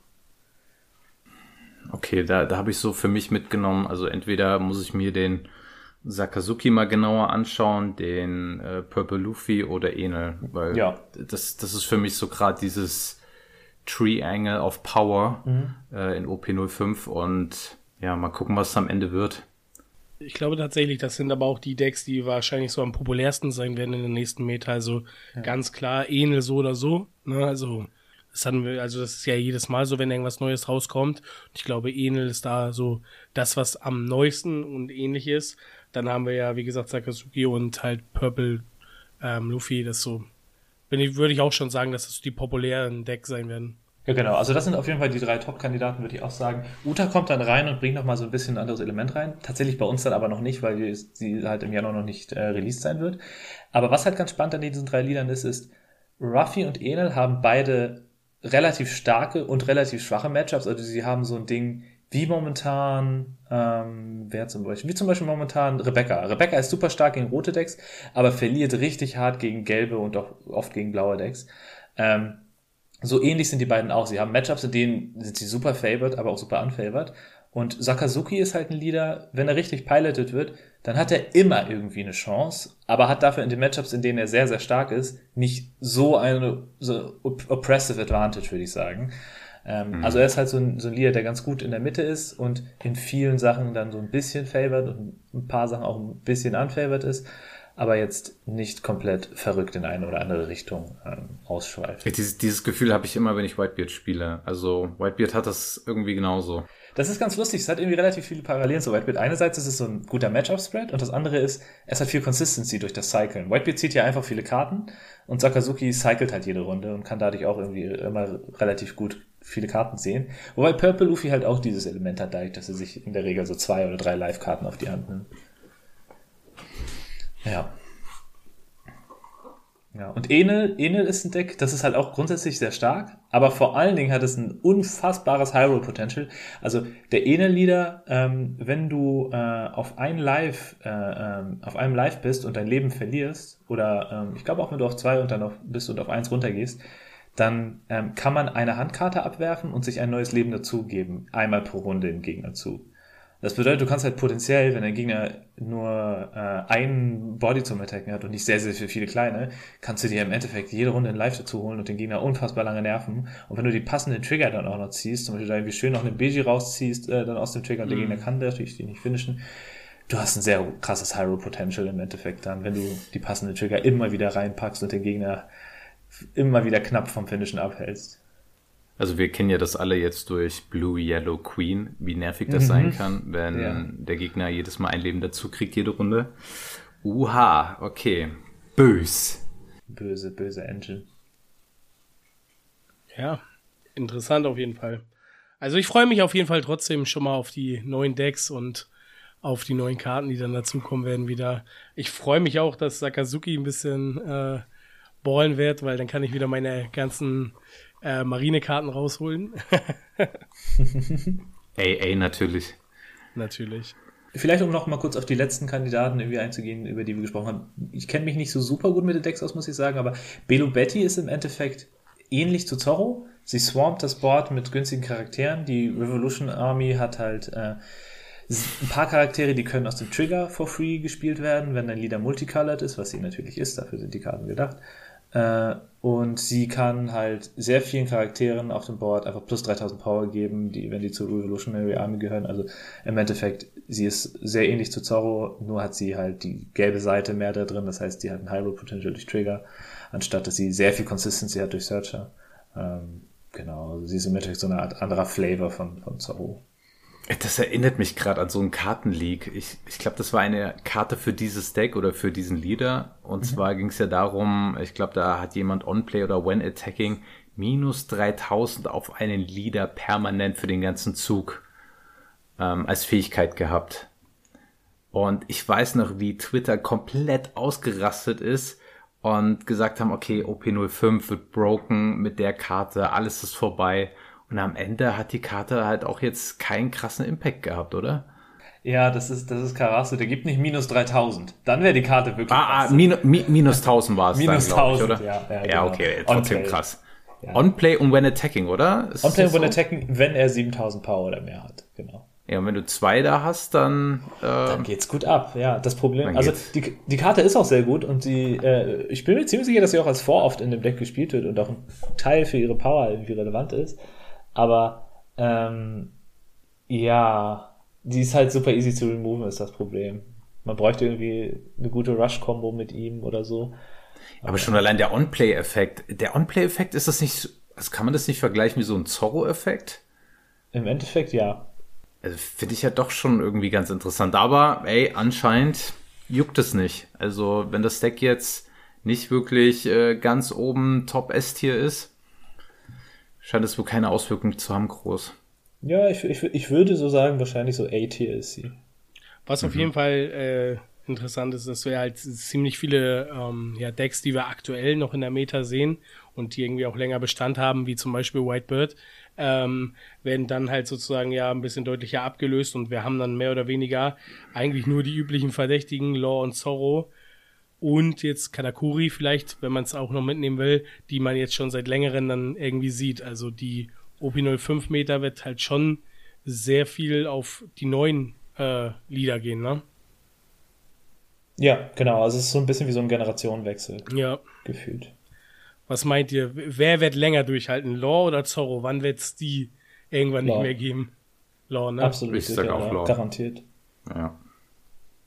[SPEAKER 2] Okay, da habe ich so für mich mitgenommen, also entweder muss ich mir den Sakazuki mal genauer anschauen, den Purple Luffy oder Enel, weil das ist für mich so gerade dieses Triangle of Power in OP05 und ja, mal gucken, was es am Ende wird.
[SPEAKER 3] Ich glaube tatsächlich, das sind aber auch die Decks, die wahrscheinlich so am populärsten sein werden in den nächsten Meta, also ganz klar Enel so oder so, ne, also das ist ja jedes Mal so, wenn irgendwas Neues rauskommt. Ich glaube, Enel ist da so das, was am neuesten und ähnlich ist. Dann haben wir ja, wie gesagt, Sakazuki und halt Purple Luffy. Das so, würde ich auch schon sagen, dass das die populären Decks sein werden.
[SPEAKER 1] Ja, genau. Also das sind auf jeden Fall die 3 Top-Kandidaten, würde ich auch sagen. Uta kommt dann rein und bringt nochmal so ein bisschen ein anderes Element rein. Tatsächlich bei uns dann aber noch nicht, weil sie halt im Januar noch nicht released sein wird. Aber was halt ganz spannend an diesen 3 Liedern ist, Ruffy und Enel haben beide relativ starke und relativ schwache Matchups. Also sie haben so ein Ding wie momentan, wie zum Beispiel momentan Rebecca. Rebecca ist super stark gegen rote Decks, aber verliert richtig hart gegen gelbe und auch oft gegen blaue Decks. So ähnlich sind die beiden auch. Sie haben Matchups, in denen sind sie super favored, aber auch super unfavored. Und Sakazuki ist halt ein Leader, wenn er richtig piloted wird, dann hat er immer irgendwie eine Chance, aber hat dafür in den Matchups, in denen er sehr, sehr stark ist, nicht so eine oppressive Advantage, würde ich sagen. Also er ist halt so ein Leader, der ganz gut in der Mitte ist und in vielen Sachen dann so ein bisschen favored und ein paar Sachen auch ein bisschen unfavored ist. aber jetzt nicht komplett verrückt in eine oder andere Richtung ausschweift.
[SPEAKER 2] Ja, dieses Gefühl habe ich immer, wenn ich Whitebeard spiele. Also Whitebeard hat das irgendwie genauso.
[SPEAKER 1] Das ist ganz lustig, es hat irgendwie relativ viele Parallelen zu Whitebeard. Einerseits ist es so ein guter Matchup-Spread und das andere ist, es hat viel Consistency durch das Cyclen. Whitebeard zieht ja einfach viele Karten und Sakazuki cycelt halt jede Runde und kann dadurch auch irgendwie immer relativ gut viele Karten sehen. Wobei Purple Luffy halt auch dieses Element hat, dadurch, dass er sich in der Regel so 2 oder 3 Live-Karten auf die Hand nimmt. Ja. Ja, und Enel ist ein Deck, das ist halt auch grundsätzlich sehr stark, aber vor allen Dingen hat es ein unfassbares Hyrule-Potential. Also der Enel-Leader, wenn du auf einem Live bist und dein Leben verlierst, oder ich glaube auch, wenn du auf 2 und dann bist und auf 1 runtergehst, dann kann man eine Handkarte abwerfen und sich ein neues Leben dazugeben, einmal pro Runde im Gegner zu. Das bedeutet, du kannst halt potenziell, wenn dein Gegner nur einen Body zum Attacken hat und nicht sehr, sehr viele kleine, kannst du dir im Endeffekt jede Runde ein Live dazu holen und den Gegner unfassbar lange nerven. Und wenn du die passenden Trigger dann auch noch ziehst, zum Beispiel da irgendwie schön noch eine Beji rausziehst, dann aus dem Trigger und der Gegner kann natürlich die nicht finishen, du hast ein sehr krasses Hyrule-Potential im Endeffekt dann, wenn du die passenden Trigger immer wieder reinpackst und den Gegner immer wieder knapp vom Finishen abhältst.
[SPEAKER 2] Also wir kennen ja das alle jetzt durch Blue, Yellow, Queen, wie nervig das sein kann, wenn der Gegner jedes Mal ein Leben dazu kriegt, jede Runde. Uha, okay. Böse
[SPEAKER 1] Engine.
[SPEAKER 3] Ja, interessant auf jeden Fall. Also ich freue mich auf jeden Fall trotzdem schon mal auf die neuen Decks und auf die neuen Karten, die dann dazukommen werden wieder. Ich freue mich auch, dass Sakazuki ein bisschen ballen wird, weil dann kann ich wieder meine ganzen Marinekarten rausholen.
[SPEAKER 2] AA natürlich.
[SPEAKER 3] Natürlich.
[SPEAKER 1] Vielleicht, um noch mal kurz auf die letzten Kandidaten irgendwie einzugehen, über die wir gesprochen haben. Ich kenne mich nicht so super gut mit den Decks aus, muss ich sagen, aber Belo Betty ist im Endeffekt ähnlich zu Zorro. Sie swarmt das Board mit günstigen Charakteren. Die Revolution Army hat halt ein paar Charaktere, die können aus dem Trigger for free gespielt werden, wenn dein Leader multicolored ist, was sie natürlich ist, dafür sind die Karten gedacht. Und sie kann halt sehr vielen Charakteren auf dem Board einfach plus 3000 Power geben, wenn die zur Revolutionary Army gehören. Also im Endeffekt, sie ist sehr ähnlich zu Zorro, nur hat sie halt die gelbe Seite mehr da drin. Das heißt, die hat ein Hyrule Potential durch Trigger, anstatt dass sie sehr viel Consistency hat durch Searcher. Genau, also sie ist im Endeffekt so eine Art anderer Flavor von Zorro.
[SPEAKER 2] Das erinnert mich gerade an so einen Kartenleak. Ich glaube, das war eine Karte für dieses Deck oder für diesen Leader. Und zwar ging es ja darum, ich glaube, da hat jemand On-Play oder When Attacking minus 3000 auf einen Leader permanent für den ganzen Zug als Fähigkeit gehabt. Und ich weiß noch, wie Twitter komplett ausgerastet ist und gesagt haben, okay, OP05 wird broken mit der Karte, alles ist vorbei. Und am Ende hat die Karte halt auch jetzt keinen krassen Impact gehabt, oder?
[SPEAKER 1] Ja, das ist Karasu, der gibt nicht minus 3000. Dann wäre die Karte wirklich krass.
[SPEAKER 2] Minus 1000 war es
[SPEAKER 1] minus
[SPEAKER 2] dann, glaube ich,
[SPEAKER 1] 1000,
[SPEAKER 2] oder?
[SPEAKER 1] Ja,
[SPEAKER 2] genau. Okay, trotzdem
[SPEAKER 1] On-Play.
[SPEAKER 2] krass.
[SPEAKER 1] Ja.
[SPEAKER 2] On-Play und When Attacking, oder?
[SPEAKER 1] On-Play und When Attacking, wenn er 7000 Power oder mehr hat, genau.
[SPEAKER 2] Ja, und wenn du 2 da hast, dann
[SPEAKER 1] geht's gut ab, ja. Das Problem,
[SPEAKER 2] also
[SPEAKER 1] die Karte ist auch sehr gut und ich bin mir ziemlich sicher, dass sie auch als Vor-Oft in dem Deck gespielt wird und auch ein Teil für ihre Power irgendwie relevant ist. Aber ja, die ist halt super easy zu removen, ist das Problem. Man bräuchte irgendwie eine gute Rush-Combo mit ihm oder so.
[SPEAKER 2] Aber schon allein der On-Play-Effekt. Der On-Play-Effekt, ist das nicht, also kann man das nicht vergleichen wie so ein Zorro-Effekt?
[SPEAKER 1] Im Endeffekt ja.
[SPEAKER 2] Also finde ich ja doch schon irgendwie ganz interessant. Aber ey, anscheinend juckt es nicht. Also wenn das Deck jetzt nicht wirklich ganz oben Top S-Tier ist, scheint es wohl keine Auswirkungen zu haben, groß.
[SPEAKER 1] Ja, ich würde so sagen, wahrscheinlich so A-Tier ist sie.
[SPEAKER 3] Was auf jeden Fall interessant ist, dass wir halt ziemlich viele Decks, die wir aktuell noch in der Meta sehen und die irgendwie auch länger Bestand haben, wie zum Beispiel Whitebird, werden dann halt sozusagen ja ein bisschen deutlicher abgelöst und wir haben dann mehr oder weniger eigentlich nur die üblichen Verdächtigen, Law und Zorro und jetzt Katakuri vielleicht, wenn man es auch noch mitnehmen will, die man jetzt schon seit längerem dann irgendwie sieht. Also die OP05 Meter wird halt schon sehr viel auf die neuen Lieder gehen, ne?
[SPEAKER 1] Ja, genau. Also es ist so ein bisschen wie so ein Generationenwechsel.
[SPEAKER 3] Ja.
[SPEAKER 1] Gefühlt.
[SPEAKER 3] Was meint ihr? Wer wird länger durchhalten? Law oder Zorro? Wann wird es die irgendwann
[SPEAKER 1] Law.
[SPEAKER 3] Nicht mehr geben? Law, ne?
[SPEAKER 1] Absolut.
[SPEAKER 2] Ich sag auch Law.
[SPEAKER 1] Garantiert.
[SPEAKER 2] Ja.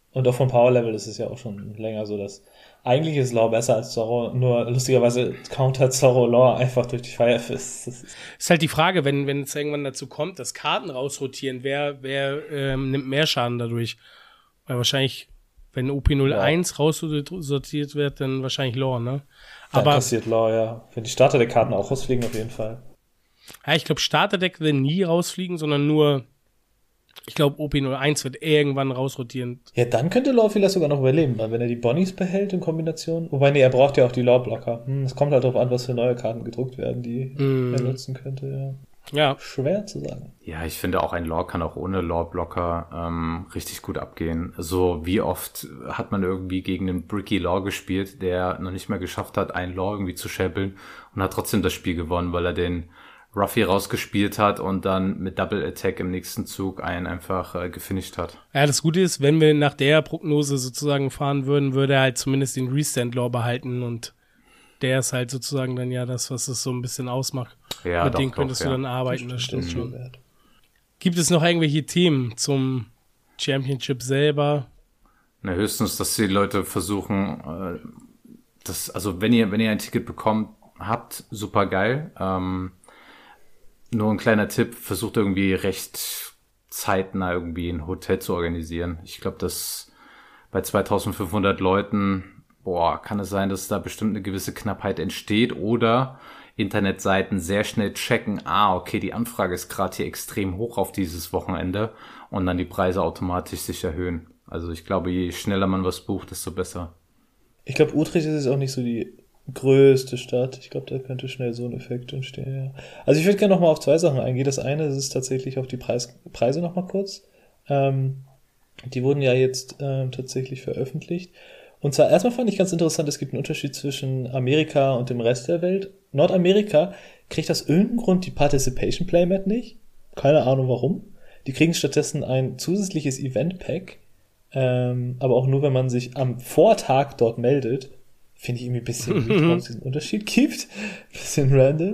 [SPEAKER 1] Und auch vom Power-Level ist es ja auch schon länger so, dass eigentlich ist Law besser als Zorro, nur lustigerweise countert Zorro Law einfach durch die Fire Fist.
[SPEAKER 3] Ist halt die Frage, wenn es irgendwann dazu kommt, dass Karten rausrotieren, wer nimmt mehr Schaden dadurch? Weil wahrscheinlich, wenn OP01 raussortiert wird, dann wahrscheinlich Law, ne?
[SPEAKER 1] Dann passiert Law, ja. Wenn die Starter der Karten auch rausfliegen, auf jeden Fall.
[SPEAKER 3] Ja, ich glaube, Starterdeck werden nie rausfliegen, sondern nur, ich glaube, OP01 wird irgendwann rausrotieren.
[SPEAKER 1] Ja, dann könnte Law vielleicht sogar noch überleben, wenn er die Bonnies behält in Kombination. Wobei, nee, er braucht ja auch die Law-Blocker. Es kommt halt darauf an, was für neue Karten gedruckt werden, die er nutzen könnte, ja.
[SPEAKER 3] Ja.
[SPEAKER 1] Schwer zu sagen.
[SPEAKER 2] Ja, ich finde auch ein Law kann auch ohne Law-Blocker richtig gut abgehen. Also wie oft hat man irgendwie gegen einen Bricky Law gespielt, der noch nicht mehr geschafft hat, einen Law irgendwie zu schäppeln und hat trotzdem das Spiel gewonnen, weil er den Ruffy rausgespielt hat und dann mit Double Attack im nächsten Zug einen einfach gefinisht hat.
[SPEAKER 3] Ja, das Gute ist, wenn wir nach der Prognose sozusagen fahren würden, würde er halt zumindest den Restand Law behalten und der ist halt sozusagen dann ja das, was es so ein bisschen ausmacht.
[SPEAKER 2] Ja,
[SPEAKER 3] mit denen könntest du dann arbeiten, das stimmt schon. Gibt es noch irgendwelche Themen zum Championship selber?
[SPEAKER 2] Na, höchstens, dass die Leute versuchen, also wenn ihr ein Ticket habt, super geil. Nur ein kleiner Tipp, versucht irgendwie recht zeitnah irgendwie ein Hotel zu organisieren. Ich glaube, dass bei 2500 Leuten, kann es sein, dass da bestimmt eine gewisse Knappheit entsteht oder Internetseiten sehr schnell checken, okay, die Anfrage ist gerade hier extrem hoch auf dieses Wochenende und dann die Preise automatisch sich erhöhen. Also ich glaube, je schneller man was bucht, desto besser.
[SPEAKER 1] Ich glaube, Utrecht ist jetzt auch nicht so die größte Stadt. Ich glaube, da könnte schnell so ein Effekt entstehen, ja. Also ich würde gerne nochmal auf zwei Sachen eingehen. Das eine ist tatsächlich auf die Preise nochmal kurz. Die wurden ja jetzt tatsächlich veröffentlicht. Und zwar erstmal fand ich ganz interessant, es gibt einen Unterschied zwischen Amerika und dem Rest der Welt. Nordamerika kriegt aus irgendeinem Grund die Participation Playmat nicht. Keine Ahnung warum. Die kriegen stattdessen ein zusätzliches Event Pack. Aber auch nur, wenn man sich am Vortag dort meldet. Finde ich irgendwie ein bisschen, warum es diesen Unterschied gibt. Bisschen random.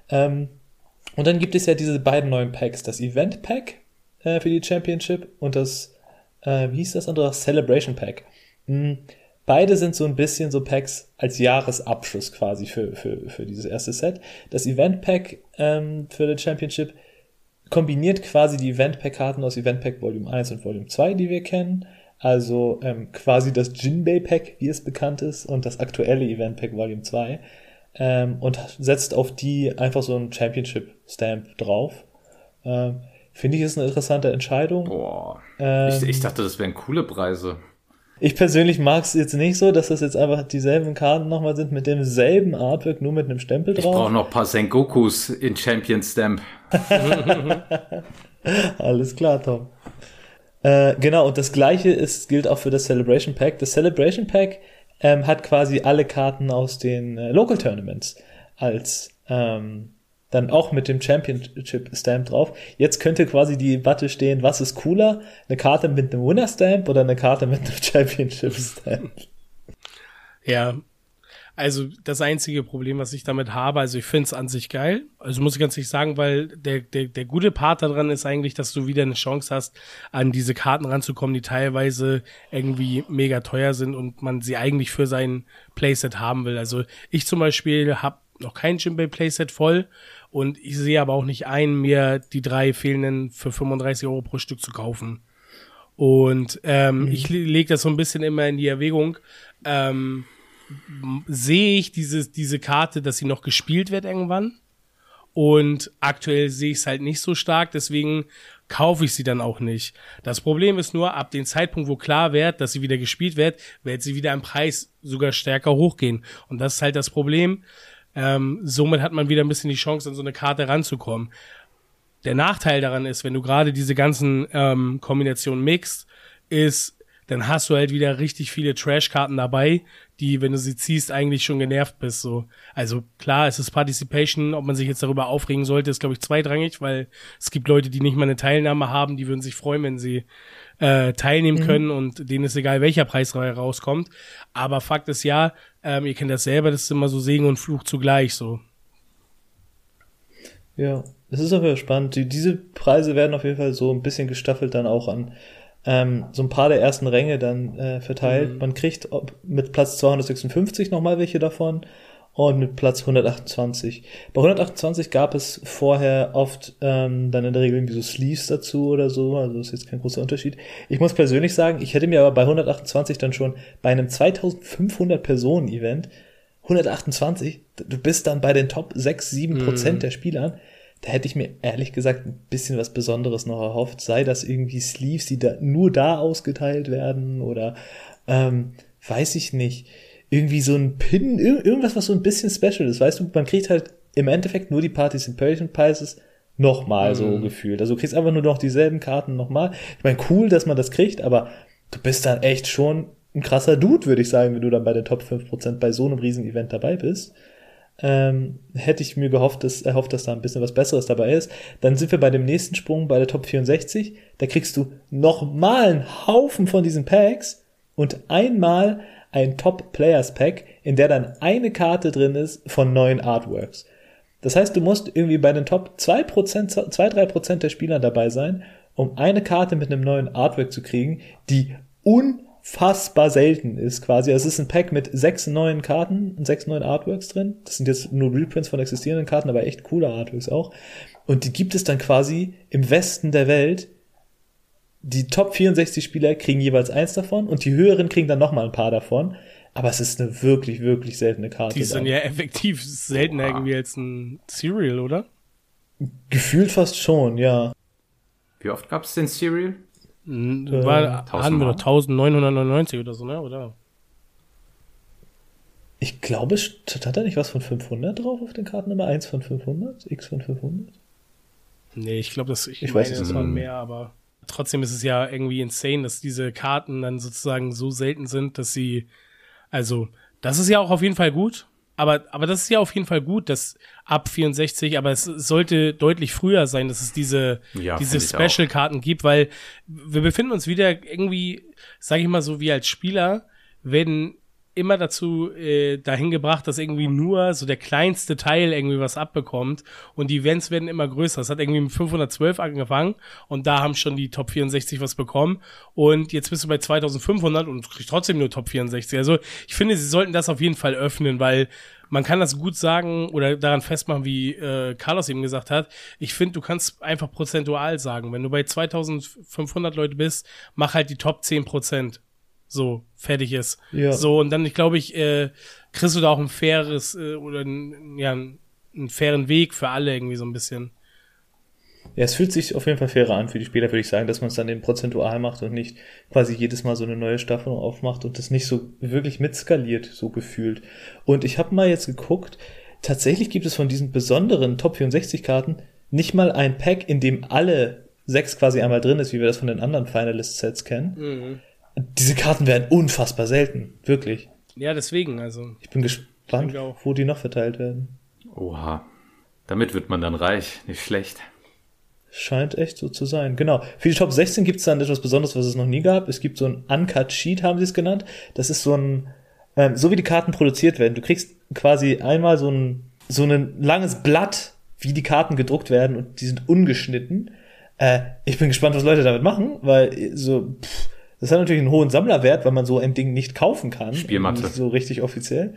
[SPEAKER 1] Und dann gibt es ja diese beiden neuen Packs. Das Event Pack für die Championship und das, wie hieß das andere? Das Celebration Pack. Beide sind so ein bisschen so Packs als Jahresabschluss quasi für dieses erste Set. Das Event Pack für die Championship kombiniert quasi die Event Pack Karten aus Event Pack Volume 1 und Volume 2, die wir kennen. Also quasi das Jinbei Pack, wie es bekannt ist, und das aktuelle Event Pack Volume 2. Und setzt auf die einfach so ein Championship Stamp drauf. Finde ich, ist eine interessante Entscheidung.
[SPEAKER 2] Ich dachte, das wären coole Preise.
[SPEAKER 1] Ich persönlich mag es jetzt nicht so, dass das jetzt einfach dieselben Karten nochmal sind mit demselben Artwork, nur mit einem Stempel drauf.
[SPEAKER 2] Ich brauche noch ein paar Sengokus in Champion Stamp.
[SPEAKER 1] Alles klar, Tom. Genau, und das gleiche gilt auch für das Celebration Pack. Das Celebration Pack hat quasi alle Karten aus den Local Tournaments als dann auch mit dem Championship Stamp drauf. Jetzt könnte quasi die Debatte stehen, was ist cooler? Eine Karte mit einem Winner Stamp oder eine Karte mit einem Championship Stamp?
[SPEAKER 3] Ja, also das einzige Problem, was ich damit habe, also ich finde es an sich geil. Also muss ich ganz ehrlich sagen, weil der gute Part daran ist eigentlich, dass du wieder eine Chance hast, an diese Karten ranzukommen, die teilweise irgendwie mega teuer sind und man sie eigentlich für sein Playset haben will. Also ich zum Beispiel habe noch kein Jinbei Playset voll und ich sehe aber auch nicht ein, mir die 3 fehlenden für 35 € pro Stück zu kaufen. Und ich lege das so ein bisschen immer in die Erwägung, sehe ich diese Karte, dass sie noch gespielt wird irgendwann, und aktuell sehe ich es halt nicht so stark, deswegen kaufe ich sie dann auch nicht. Das Problem ist nur, ab dem Zeitpunkt, wo klar wird, dass sie wieder gespielt wird sie wieder im Preis sogar stärker hochgehen, und das ist halt das Problem. Somit hat man wieder ein bisschen die Chance, an so eine Karte ranzukommen. Der Nachteil daran ist, wenn du gerade diese ganzen Kombinationen mixt, dann hast du halt wieder richtig viele Trash-Karten dabei, die, wenn du sie ziehst, eigentlich schon genervt bist. So. Also klar, es ist Participation, ob man sich jetzt darüber aufregen sollte, ist, glaube ich, zweitrangig, weil es gibt Leute, die nicht mal eine Teilnahme haben, die würden sich freuen, wenn sie teilnehmen können, und denen ist egal, welcher Preis rauskommt. Aber Fakt ist ja, ihr kennt das selber, das ist immer so Segen und Fluch zugleich so.
[SPEAKER 1] Ja, es ist auf jeden Fall spannend. Diese Preise werden auf jeden Fall so ein bisschen gestaffelt dann auch an so ein paar der ersten Ränge dann verteilt. Man kriegt mit Platz 256 nochmal welche davon und mit Platz 128. Bei 128 gab es vorher oft dann in der Regel irgendwie so Sleeves dazu oder so, also ist jetzt kein großer Unterschied. Ich muss persönlich sagen, ich hätte mir aber bei 128 dann schon bei einem 2500 Personen Event 128, du bist dann bei den Top 6-7% der Spielern, da hätte ich mir ehrlich gesagt ein bisschen was Besonderes noch erhofft, sei das irgendwie Sleeves, die nur da ausgeteilt werden oder weiß ich nicht, irgendwie so ein Pin, irgendwas, was so ein bisschen special ist, weißt du, man kriegt halt im Endeffekt nur die Participation Prizes nochmal so gefühlt, also du kriegst einfach nur noch dieselben Karten nochmal. Ich meine, cool, dass man das kriegt, aber du bist dann echt schon ein krasser Dude, würde ich sagen, wenn du dann bei den Top 5% bei so einem riesen Event dabei bist. Hätte ich mir erhofft, dass da ein bisschen was Besseres dabei ist. Dann sind wir bei dem nächsten Sprung, bei der Top 64. Da kriegst du nochmal einen Haufen von diesen Packs und einmal ein Top Players Pack, in der dann eine Karte drin ist von neuen Artworks. Das heißt, du musst irgendwie bei den Top 2-3% der Spieler dabei sein, um eine Karte mit einem neuen Artwork zu kriegen, die unfassbar selten ist quasi. Also es ist ein Pack mit 6 neuen Karten und 6 neuen Artworks drin. Das sind jetzt nur Reprints von existierenden Karten, aber echt coole Artworks auch. Und die gibt es dann quasi im Westen der Welt. Die Top 64 Spieler kriegen jeweils eins davon und die höheren kriegen dann nochmal ein paar davon. Aber es ist eine wirklich, wirklich seltene Karte.
[SPEAKER 3] Die sind ja effektiv seltener irgendwie als ein Serial, oder?
[SPEAKER 1] Gefühlt fast schon, ja.
[SPEAKER 2] Wie oft gab es den Serial?
[SPEAKER 3] Hatten wir doch 1999 oder so, ne? Oder?
[SPEAKER 1] Ich glaube, hat da nicht was von 500 drauf auf den Karten Nummer 1 von 500? X von 500?
[SPEAKER 3] Nee, ich glaube, das
[SPEAKER 1] weiß
[SPEAKER 3] waren mehr, aber trotzdem ist es ja irgendwie insane, dass diese Karten dann sozusagen so selten sind, dass sie, also, das ist ja auch auf jeden Fall gut, aber das ist ja auf jeden Fall gut, dass ab 64, aber es sollte deutlich früher sein, dass es diese Special-Karten gibt, weil wir befinden uns wieder irgendwie, sage ich mal so, wie als Spieler werden immer dazu dahin gebracht, dass irgendwie nur so der kleinste Teil irgendwie was abbekommt und die Events werden immer größer. Es hat irgendwie mit 512 angefangen und da haben schon die Top 64 was bekommen und jetzt bist du bei 2500 und kriegst trotzdem nur Top 64. Also ich finde, sie sollten das auf jeden Fall öffnen, weil man kann das gut sagen oder daran festmachen, wie Carlos eben gesagt hat. Ich finde, du kannst einfach prozentual sagen, wenn du bei 2500 Leute bist, mach halt die Top 10%. So, fertig ist.
[SPEAKER 1] Ja.
[SPEAKER 3] So, und dann, kriegst du da auch ein faires, einen fairen Weg für alle irgendwie so ein bisschen.
[SPEAKER 1] Ja, es fühlt sich auf jeden Fall fairer an für die Spieler, würde ich sagen, dass man es dann eben prozentual macht und nicht quasi jedes Mal so eine neue Staffel aufmacht und das nicht so wirklich mitskaliert, so gefühlt. Und ich habe mal jetzt geguckt, tatsächlich gibt es von diesen besonderen Top 64 Karten nicht mal ein Pack, in dem alle 6 quasi einmal drin ist, wie wir das von den anderen Finalist-Sets kennen. Mhm. Diese Karten werden unfassbar selten, wirklich.
[SPEAKER 3] Ja, deswegen, also.
[SPEAKER 1] Ich bin gespannt, wo die noch verteilt werden.
[SPEAKER 2] Oha, damit wird man dann reich, nicht schlecht.
[SPEAKER 1] Scheint echt so zu sein, genau. Für die Top 16 gibt es dann etwas Besonderes, was es noch nie gab. Es gibt so ein Uncut Sheet, haben sie es genannt. Das ist so ein, so wie die Karten produziert werden. Du kriegst quasi einmal so ein langes Blatt, wie die Karten gedruckt werden und die sind ungeschnitten. Ich bin gespannt, was Leute damit machen, weil das hat natürlich einen hohen Sammlerwert, weil man so ein Ding nicht kaufen kann.
[SPEAKER 2] Spielmatte.
[SPEAKER 1] So richtig offiziell.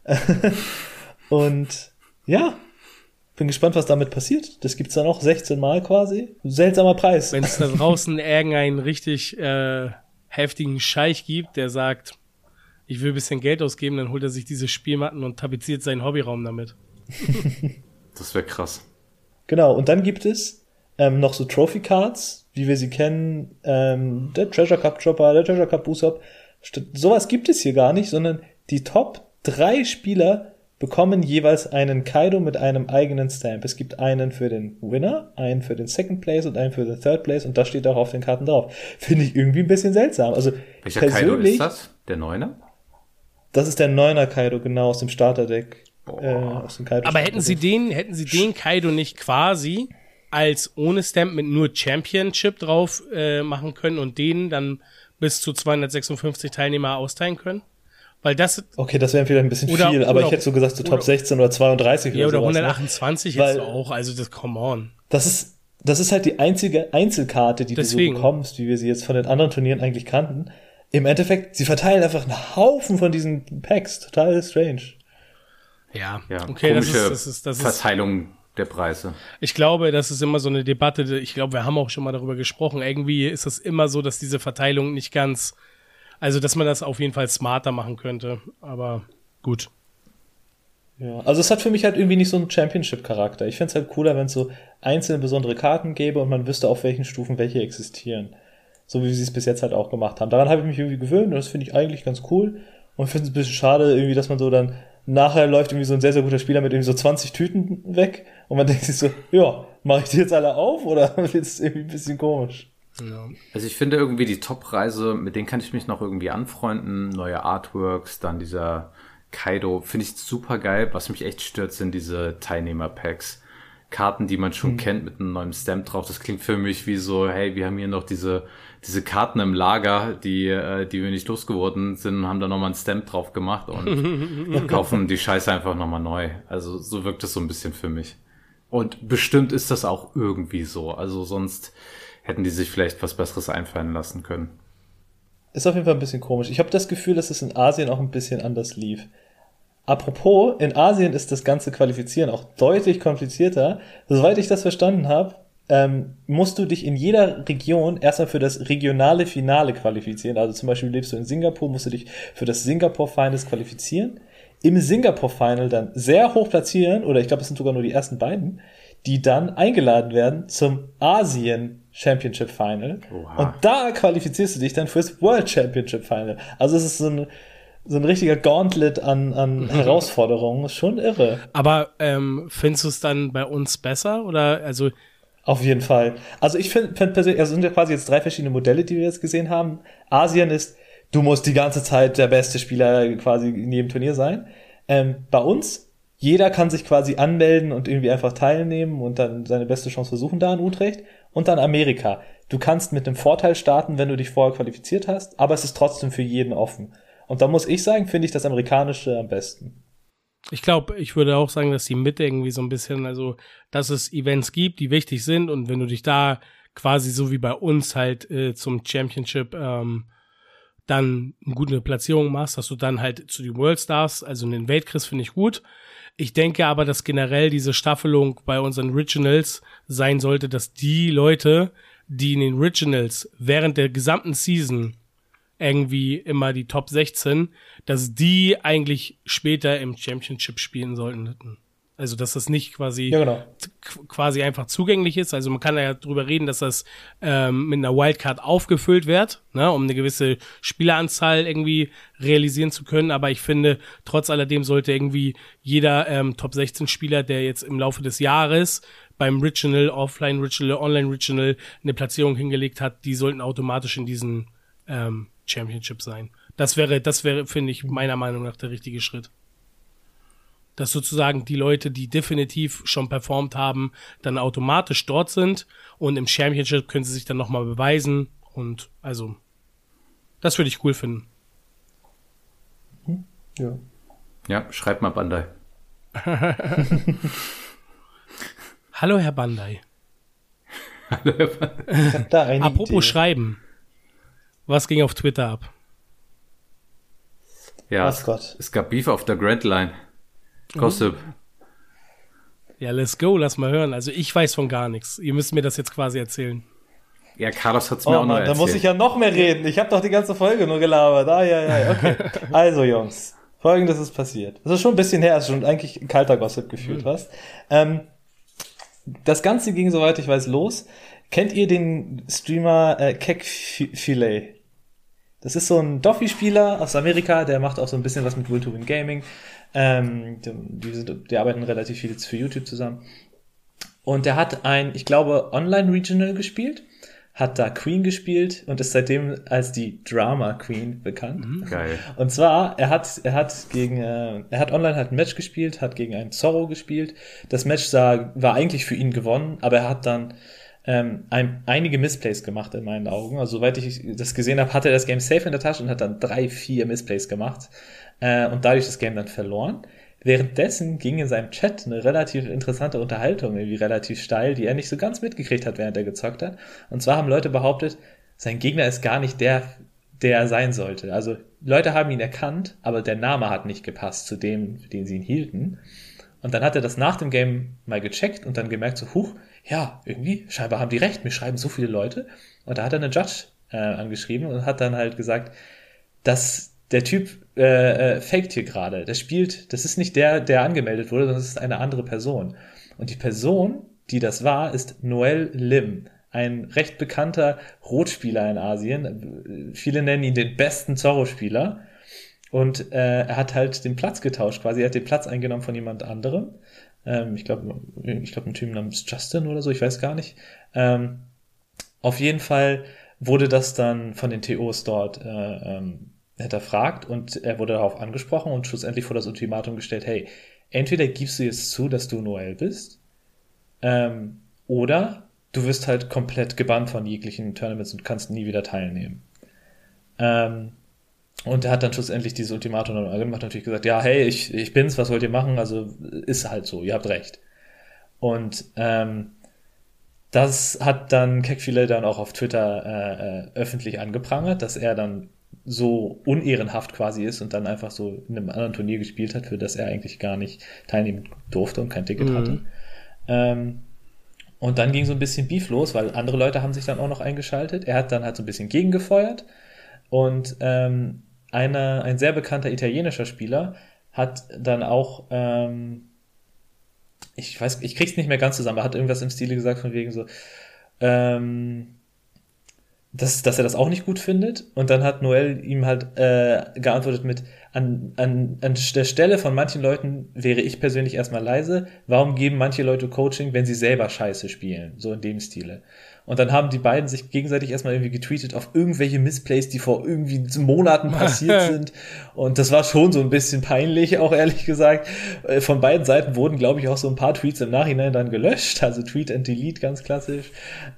[SPEAKER 1] Und ja, bin gespannt, was damit passiert. Das gibt's dann auch 16 Mal quasi. Seltsamer Preis.
[SPEAKER 3] Wenn es da draußen irgendeinen richtig heftigen Scheich gibt, der sagt, ich will ein bisschen Geld ausgeben, dann holt er sich diese Spielmatten und tapeziert seinen Hobbyraum damit.
[SPEAKER 2] Das wäre krass.
[SPEAKER 1] Genau, und dann gibt es noch so Trophy Cards, wie wir sie kennen, der Treasure Cup Chopper, der Treasure Cup Usopp. Sowas gibt es hier gar nicht, sondern die Top 3 Spieler bekommen jeweils einen Kaido mit einem eigenen Stamp. Es gibt einen für den Winner, einen für den Second Place und einen für den Third Place und das steht auch auf den Karten drauf. Finde ich irgendwie ein bisschen seltsam. Also
[SPEAKER 2] welcher Kaido ist das? Der Neuner?
[SPEAKER 1] Das ist der Neuner Kaido, genau, aus dem Starterdeck. Aus dem Kaido.
[SPEAKER 3] Aber hätten sie den Kaido nicht quasi als ohne Stamp mit nur Championship drauf machen können und den dann bis zu 256 Teilnehmer austeilen können? Weil das...
[SPEAKER 1] Okay, das wäre vielleicht ein bisschen viel, aber ich hätte so gesagt, so Top 16 oder 32
[SPEAKER 3] ja,
[SPEAKER 1] oder
[SPEAKER 3] sowas.
[SPEAKER 1] Oder
[SPEAKER 3] 128 jetzt auch, also das, come on.
[SPEAKER 1] Das ist das ist halt die einzige Einzelkarte, die
[SPEAKER 3] Deswegen.
[SPEAKER 1] du so bekommst, wie wir sie jetzt von den anderen Turnieren eigentlich kannten. Im Endeffekt, sie verteilen einfach einen Haufen von diesen Packs. Total strange.
[SPEAKER 3] Ja,
[SPEAKER 2] Ja,
[SPEAKER 3] okay, das
[SPEAKER 2] komische
[SPEAKER 3] ist
[SPEAKER 2] Verteilung der Preise.
[SPEAKER 3] ich glaube, das ist immer so eine Debatte, ich glaube, wir haben auch schon mal darüber gesprochen, irgendwie ist es immer so, dass diese Verteilung nicht ganz, also dass man das auf jeden Fall smarter machen könnte, aber gut.
[SPEAKER 1] Ja, also es hat für mich halt irgendwie nicht so einen Championship-Charakter. Ich find's halt cooler, wenn es so einzelne besondere Karten gäbe und man wüsste, auf welchen Stufen welche existieren. So wie sie es bis jetzt halt auch gemacht haben. Daran habe ich mich irgendwie gewöhnt und das finde ich eigentlich ganz cool. Und ich finde es ein bisschen schade, irgendwie, dass man so dann nachher läuft irgendwie so ein sehr, sehr guter Spieler mit irgendwie so 20 Tüten weg und man denkt sich so, ja, mache ich die jetzt alle auf oder ist es irgendwie ein bisschen komisch?
[SPEAKER 3] Ja.
[SPEAKER 2] Also ich finde irgendwie die Top-Preise, mit denen kann ich mich noch irgendwie anfreunden. Neue Artworks, dann dieser Kaido, finde ich super geil. Was mich echt stört, sind diese Teilnehmer-Packs. Karten, die man schon kennt mit einem neuen Stamp drauf. Das klingt für mich wie so, hey, wir haben hier noch diese Karten im Lager, die wir nicht losgeworden sind und haben da nochmal einen Stamp drauf gemacht und kaufen die Scheiße einfach nochmal neu. Also so wirkt es so ein bisschen für mich. Und bestimmt ist das auch irgendwie so. Also sonst hätten die sich vielleicht was Besseres einfallen lassen können.
[SPEAKER 1] Ist auf jeden Fall ein bisschen komisch. Ich habe das Gefühl, dass es in Asien auch ein bisschen anders lief. Apropos, in Asien ist das ganze Qualifizieren auch deutlich komplizierter. Soweit ich das verstanden habe, musst du dich in jeder Region erstmal für das regionale Finale qualifizieren. Also zum Beispiel lebst du in Singapur, musst du dich für das Singapore Finals qualifizieren. Im Singapore Final dann sehr hoch platzieren, oder ich glaube, es sind sogar nur die ersten beiden, die dann eingeladen werden zum Asien Championship Final.
[SPEAKER 2] Oha.
[SPEAKER 1] Und da qualifizierst du dich dann fürs World Championship Final. Also es ist so ein richtiger Gauntlet an Herausforderungen. Ist schon irre.
[SPEAKER 3] Aber findest du es dann bei uns besser oder also
[SPEAKER 1] Auf jeden Fall. Also ich finde persönlich, also es sind ja quasi jetzt 3 verschiedene Modelle, die wir jetzt gesehen haben. Asien ist, du musst die ganze Zeit der beste Spieler quasi in jedem Turnier sein. Bei uns, jeder kann sich quasi anmelden und irgendwie einfach teilnehmen und dann seine beste Chance versuchen da in Utrecht. Und dann Amerika. Du kannst mit einem Vorteil starten, wenn du dich vorher qualifiziert hast, aber es ist trotzdem für jeden offen. Und da muss ich sagen, finde ich das Amerikanische am besten.
[SPEAKER 3] ich glaube, ich würde auch sagen, dass die Mitte irgendwie so ein bisschen, also dass es Events gibt, die wichtig sind und wenn du dich da quasi so wie bei uns halt zum Championship dann eine gute Platzierung machst, dass du dann halt zu den World Stars, also in den Welt kriegst, finde ich gut. Ich denke aber, dass generell diese Staffelung bei unseren Regionals sein sollte, dass die Leute, die in den Regionals während der gesamten Season irgendwie immer die Top 16, dass die eigentlich später im Championship spielen sollten. Also, dass das nicht quasi,
[SPEAKER 1] Ja, genau.
[SPEAKER 3] quasi einfach zugänglich ist. Also, man kann ja drüber reden, dass das mit einer Wildcard aufgefüllt wird, ne, um eine gewisse Spieleranzahl irgendwie realisieren zu können. Aber ich finde, trotz alledem sollte irgendwie jeder Top 16 Spieler, der jetzt im Laufe des Jahres beim Regional, Offline Regional, Online Regional eine Platzierung hingelegt hat, die sollten automatisch in diesen Championship sein. Das wäre, finde ich, meiner Meinung nach der richtige Schritt. Dass sozusagen die Leute, die definitiv schon performt haben, dann automatisch dort sind und im Championship können sie sich dann nochmal beweisen und also, das würde ich cool finden.
[SPEAKER 1] Ja.
[SPEAKER 2] Ja, schreibt mal Bandai.
[SPEAKER 3] Hallo, Herr Bandai.
[SPEAKER 1] Ich hab da eine
[SPEAKER 3] Apropos
[SPEAKER 1] Idee.
[SPEAKER 3] Schreiben. Was ging auf Twitter ab?
[SPEAKER 2] Ja,
[SPEAKER 1] Was Gott.
[SPEAKER 2] es gab Beef auf der Grand Line. Gossip.
[SPEAKER 3] Ja, let's go, lass mal hören. Also ich weiß von gar nichts. Ihr müsst mir das jetzt quasi erzählen.
[SPEAKER 2] Ja, Carlos hat's mir
[SPEAKER 1] Oh
[SPEAKER 2] auch noch
[SPEAKER 1] Mann, da
[SPEAKER 2] erzählt.
[SPEAKER 1] muss ich ja noch mehr reden. Ich habe doch die ganze Folge nur gelabert. Ja, okay. Also, Jungs, Folgendes ist passiert. Das ist schon ein bisschen her, ist schon eigentlich ein kalter Gossip gefühlt, was? Das Ganze ging, soweit ich weiß, los. Kennt ihr den Streamer Kekfilet? Das ist so ein Doffy-Spieler aus Amerika, der macht auch so ein bisschen was mit Will to Win Gaming. Die arbeiten relativ viel für YouTube zusammen. Und der hat ich glaube, Online-Regional gespielt, hat da Queen gespielt und ist seitdem als die Drama Queen bekannt.
[SPEAKER 2] Geil.
[SPEAKER 1] Und zwar, er hat online halt ein Match gespielt, hat gegen einen Zorro gespielt. Das Match war eigentlich für ihn gewonnen, aber er hat dann einige Missplays gemacht in meinen Augen. Also soweit ich das gesehen habe, hatte er das Game safe in der Tasche und hat dann 3-4 Missplays gemacht und dadurch das Game dann verloren. Währenddessen ging in seinem Chat eine relativ interessante Unterhaltung, irgendwie relativ steil, die er nicht so ganz mitgekriegt hat, während er gezockt hat. Und zwar haben Leute behauptet, sein Gegner ist gar nicht der er sein sollte. Also Leute haben ihn erkannt, aber der Name hat nicht gepasst zu dem, für den sie ihn hielten. Und dann hat er das nach dem Game mal gecheckt und dann gemerkt, so, ja, irgendwie, scheinbar haben die recht, mir schreiben so viele Leute. Und da hat er einen Judge angeschrieben und hat dann halt gesagt, dass der Typ faked hier gerade. Das ist nicht der angemeldet wurde, sondern das ist eine andere Person. Und die Person, die das war, ist Noel Lim, ein recht bekannter Rotspieler in Asien. Viele nennen ihn den besten Zorro-Spieler. Und er hat halt den Platz getauscht quasi. Er hat den Platz eingenommen von jemand anderem. Ich glaube, ein Typ namens Justin oder so, ich weiß gar nicht. Auf jeden Fall wurde das dann von den TOs dort hinterfragt und er wurde darauf angesprochen und schlussendlich vor das Ultimatum gestellt, hey, entweder gibst du jetzt zu, dass du Noel bist, oder du wirst halt komplett gebannt von jeglichen Tournaments und kannst nie wieder teilnehmen. Und er hat dann schlussendlich dieses Ultimatum gemacht, natürlich gesagt, ja, hey, ich bin's, was wollt ihr machen? Also ist halt so, ihr habt recht. Und das hat dann Kekfile dann auch auf Twitter öffentlich angeprangert, dass er dann so unehrenhaft quasi ist und dann einfach so in einem anderen Turnier gespielt hat, für das er eigentlich gar nicht teilnehmen durfte und kein Ticket hatte. Und dann ging so ein bisschen Beef los, weil andere Leute haben sich dann auch noch eingeschaltet. Er hat dann halt so ein bisschen gegengefeuert und ein sehr bekannter italienischer Spieler hat dann auch ich krieg's nicht mehr ganz zusammen, er hat irgendwas im Stile gesagt von wegen so dass er das auch nicht gut findet. Und dann hat Noel ihm halt geantwortet mit, an der Stelle von manchen Leuten wäre ich persönlich erstmal leise. Warum geben manche Leute Coaching, wenn sie selber Scheiße spielen? So in dem Stile. Und dann haben die beiden sich gegenseitig erstmal irgendwie getweetet auf irgendwelche Missplays, die vor irgendwie Monaten passiert sind. Und das war schon so ein bisschen peinlich, auch ehrlich gesagt. Von beiden Seiten wurden, glaube ich, auch so ein paar Tweets im Nachhinein dann gelöscht. Also Tweet and Delete, ganz klassisch.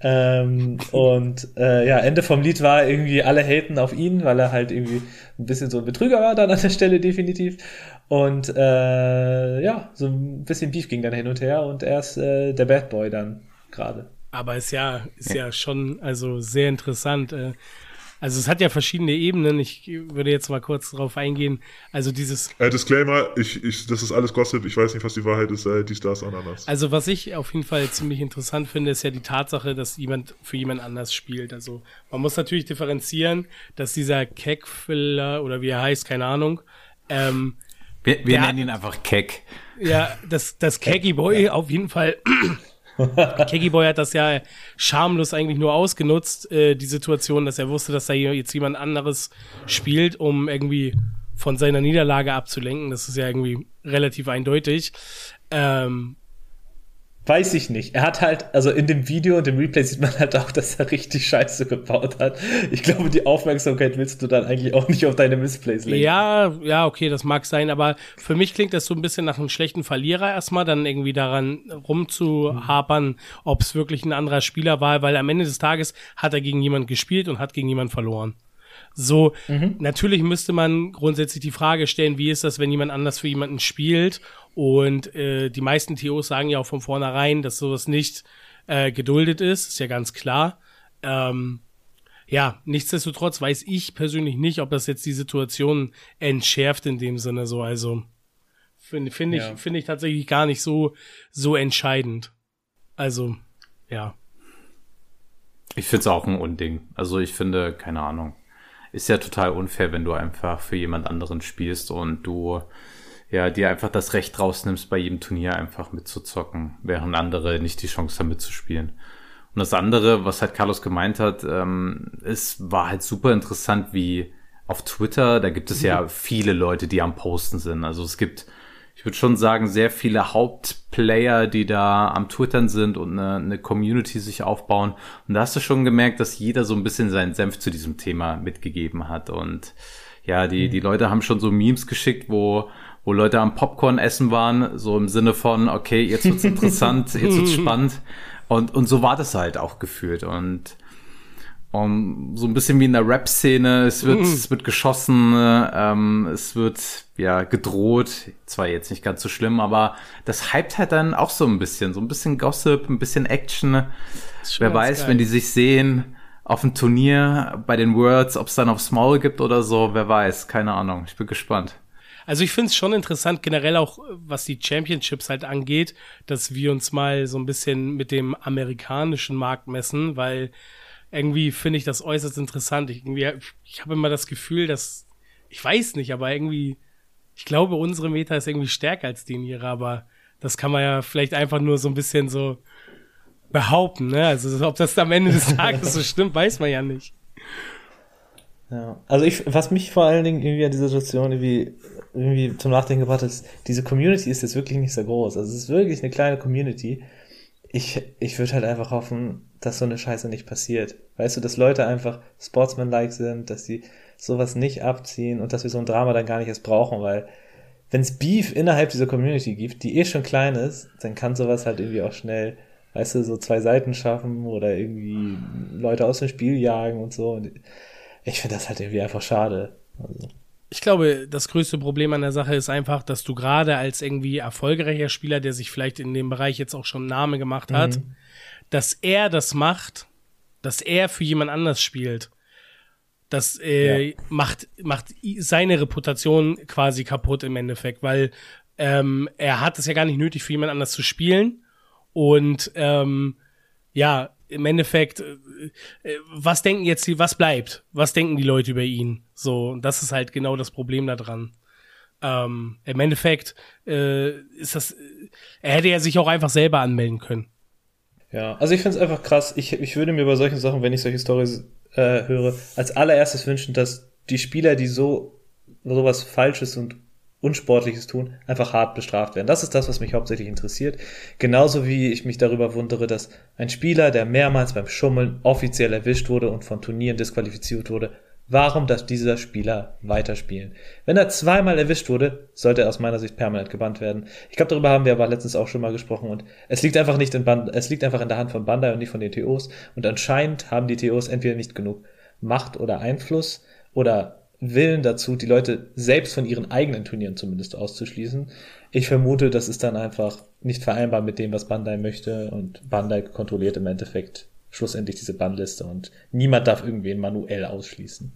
[SPEAKER 1] Ende vom Lied war irgendwie, alle haten auf ihn, weil er halt irgendwie ein bisschen so ein Betrüger war dann an der Stelle definitiv. Und so ein bisschen Beef ging dann hin und her und er ist der Bad Boy dann gerade.
[SPEAKER 3] Aber ist ja schon also sehr interessant. Also es hat ja verschiedene Ebenen. Ich würde jetzt mal kurz drauf eingehen. Also dieses
[SPEAKER 4] Disclaimer, das ist alles Gossip. Ich weiß nicht, was die Wahrheit ist. Dies, das, Ananas.
[SPEAKER 3] Also was ich auf jeden Fall ziemlich interessant finde, ist ja die Tatsache, dass jemand für jemand anders spielt. Also man muss natürlich differenzieren, dass dieser Kekfiller oder wie er heißt, keine Ahnung.
[SPEAKER 2] Wir nennen ihn einfach Kek.
[SPEAKER 3] Ja, das Keggy Boy auf jeden Fall. Keggy Boy hat das ja schamlos eigentlich nur ausgenutzt, die Situation, dass er wusste, dass da jetzt jemand anderes spielt, um irgendwie von seiner Niederlage abzulenken. Das ist ja irgendwie relativ eindeutig.
[SPEAKER 1] Weiß ich nicht. Er hat halt, also in dem Video und dem Replay sieht man halt auch, dass er richtig Scheiße gebaut hat. Ich glaube, die Aufmerksamkeit willst du dann eigentlich auch nicht auf deine Missplays lenken.
[SPEAKER 3] Ja, okay, das mag sein, aber für mich klingt das so ein bisschen nach einem schlechten Verlierer erstmal, dann irgendwie daran rumzuhapern, ob es wirklich ein anderer Spieler war, weil am Ende des Tages hat er gegen jemanden gespielt und hat gegen jemanden verloren. So, natürlich müsste man grundsätzlich die Frage stellen, wie ist das, wenn jemand anders für jemanden spielt? Und die meisten TOs sagen ja auch von vornherein, dass sowas nicht geduldet ist ja ganz klar. Nichtsdestotrotz weiß ich persönlich nicht, ob das jetzt die Situation entschärft in dem Sinne so. Also finde ich tatsächlich gar nicht so entscheidend. Also, ja.
[SPEAKER 2] Ich finde es auch ein Unding. Also ich finde, keine Ahnung, ist ja total unfair, wenn du einfach für jemand anderen spielst und du dir einfach das Recht rausnimmst, bei jedem Turnier einfach mitzuzocken, während andere nicht die Chance haben mitzuspielen. Und das andere, was halt Carlos gemeint hat, es war halt super interessant, wie auf Twitter, da gibt es ja viele Leute, die am Posten sind. Also es gibt, ich würde schon sagen, sehr viele Hauptplayer, die da am Twittern sind und eine Community sich aufbauen. Und da hast du schon gemerkt, dass jeder so ein bisschen seinen Senf zu diesem Thema mitgegeben hat. Und ja, die Leute haben schon so Memes geschickt, wo Leute am Popcorn essen waren, so im Sinne von, okay, jetzt wird's interessant, jetzt wird's spannend. Und so war das halt auch gefühlt. Und Und so ein bisschen wie in der Rap-Szene, es wird geschossen, es wird ja gedroht, zwar jetzt nicht ganz so schlimm, aber das hypt halt dann auch so ein bisschen Gossip, ein bisschen Action. Wer weiß, wenn die sich sehen auf dem Turnier bei den Worlds, ob es dann aufs Maul gibt oder so, wer weiß, keine Ahnung, ich bin gespannt.
[SPEAKER 3] Also ich finde es schon interessant, generell auch, was die Championships halt angeht, dass wir uns mal so ein bisschen mit dem amerikanischen Markt messen, weil irgendwie finde ich das äußerst interessant. Ich habe immer das Gefühl, dass, ich weiß nicht, aber irgendwie, ich glaube, unsere Meta ist irgendwie stärker als den ihre, aber das kann man ja vielleicht einfach nur so ein bisschen so behaupten, ne? Also ob das am Ende des Tages so stimmt, weiß man ja nicht.
[SPEAKER 1] Ja, also was mich vor allen Dingen irgendwie an dieser Situation irgendwie zum Nachdenken gebracht hat, ist, diese Community ist jetzt wirklich nicht so groß. Also es ist wirklich eine kleine Community. Ich würde halt einfach hoffen, dass so eine Scheiße nicht passiert. Weißt du, dass Leute einfach sportsmanlike sind, dass sie sowas nicht abziehen und dass wir so ein Drama dann gar nicht erst brauchen, weil wenn es Beef innerhalb dieser Community gibt, die schon klein ist, dann kann sowas halt irgendwie auch schnell, weißt du, so 2 Seiten schaffen oder irgendwie Leute aus dem Spiel jagen und so. Und ich finde das halt irgendwie einfach schade. Also.
[SPEAKER 3] Ich glaube, das größte Problem an der Sache ist einfach, dass du gerade als irgendwie erfolgreicher Spieler, der sich vielleicht in dem Bereich jetzt auch schon einen Namen gemacht hat, dass er das macht, dass er für jemand anders spielt. Das macht seine Reputation quasi kaputt im Endeffekt, weil er hat es ja gar nicht nötig, für jemand anders zu spielen. Und ja, im Endeffekt, was bleibt? Was denken die Leute über ihn? So, und das ist halt genau das Problem da dran. Im Endeffekt ist das, er hätte ja sich auch einfach selber anmelden können.
[SPEAKER 1] Ja, also ich finde es einfach krass. Ich würde mir bei solchen Sachen, wenn ich solche Storys höre, als allererstes wünschen, dass die Spieler, die sowas Falsches und Unsportliches tun, einfach hart bestraft werden. Das ist das, was mich hauptsächlich interessiert. Genauso wie ich mich darüber wundere, dass ein Spieler, der mehrmals beim Schummeln offiziell erwischt wurde und von Turnieren disqualifiziert wurde, warum darf dieser Spieler weiterspielen? Wenn er 2-mal erwischt wurde, sollte er aus meiner Sicht permanent gebannt werden. Ich glaube, darüber haben wir aber letztens auch schon mal gesprochen und es liegt einfach es liegt einfach in der Hand von Bandai und nicht von den TOs und anscheinend haben die TOs entweder nicht genug Macht oder Einfluss oder Willen dazu, die Leute selbst von ihren eigenen Turnieren zumindest auszuschließen. Ich vermute, das ist dann einfach nicht vereinbar mit dem, was Bandai möchte und Bandai kontrolliert im Endeffekt schlussendlich diese Bannliste und niemand darf irgendwen manuell ausschließen.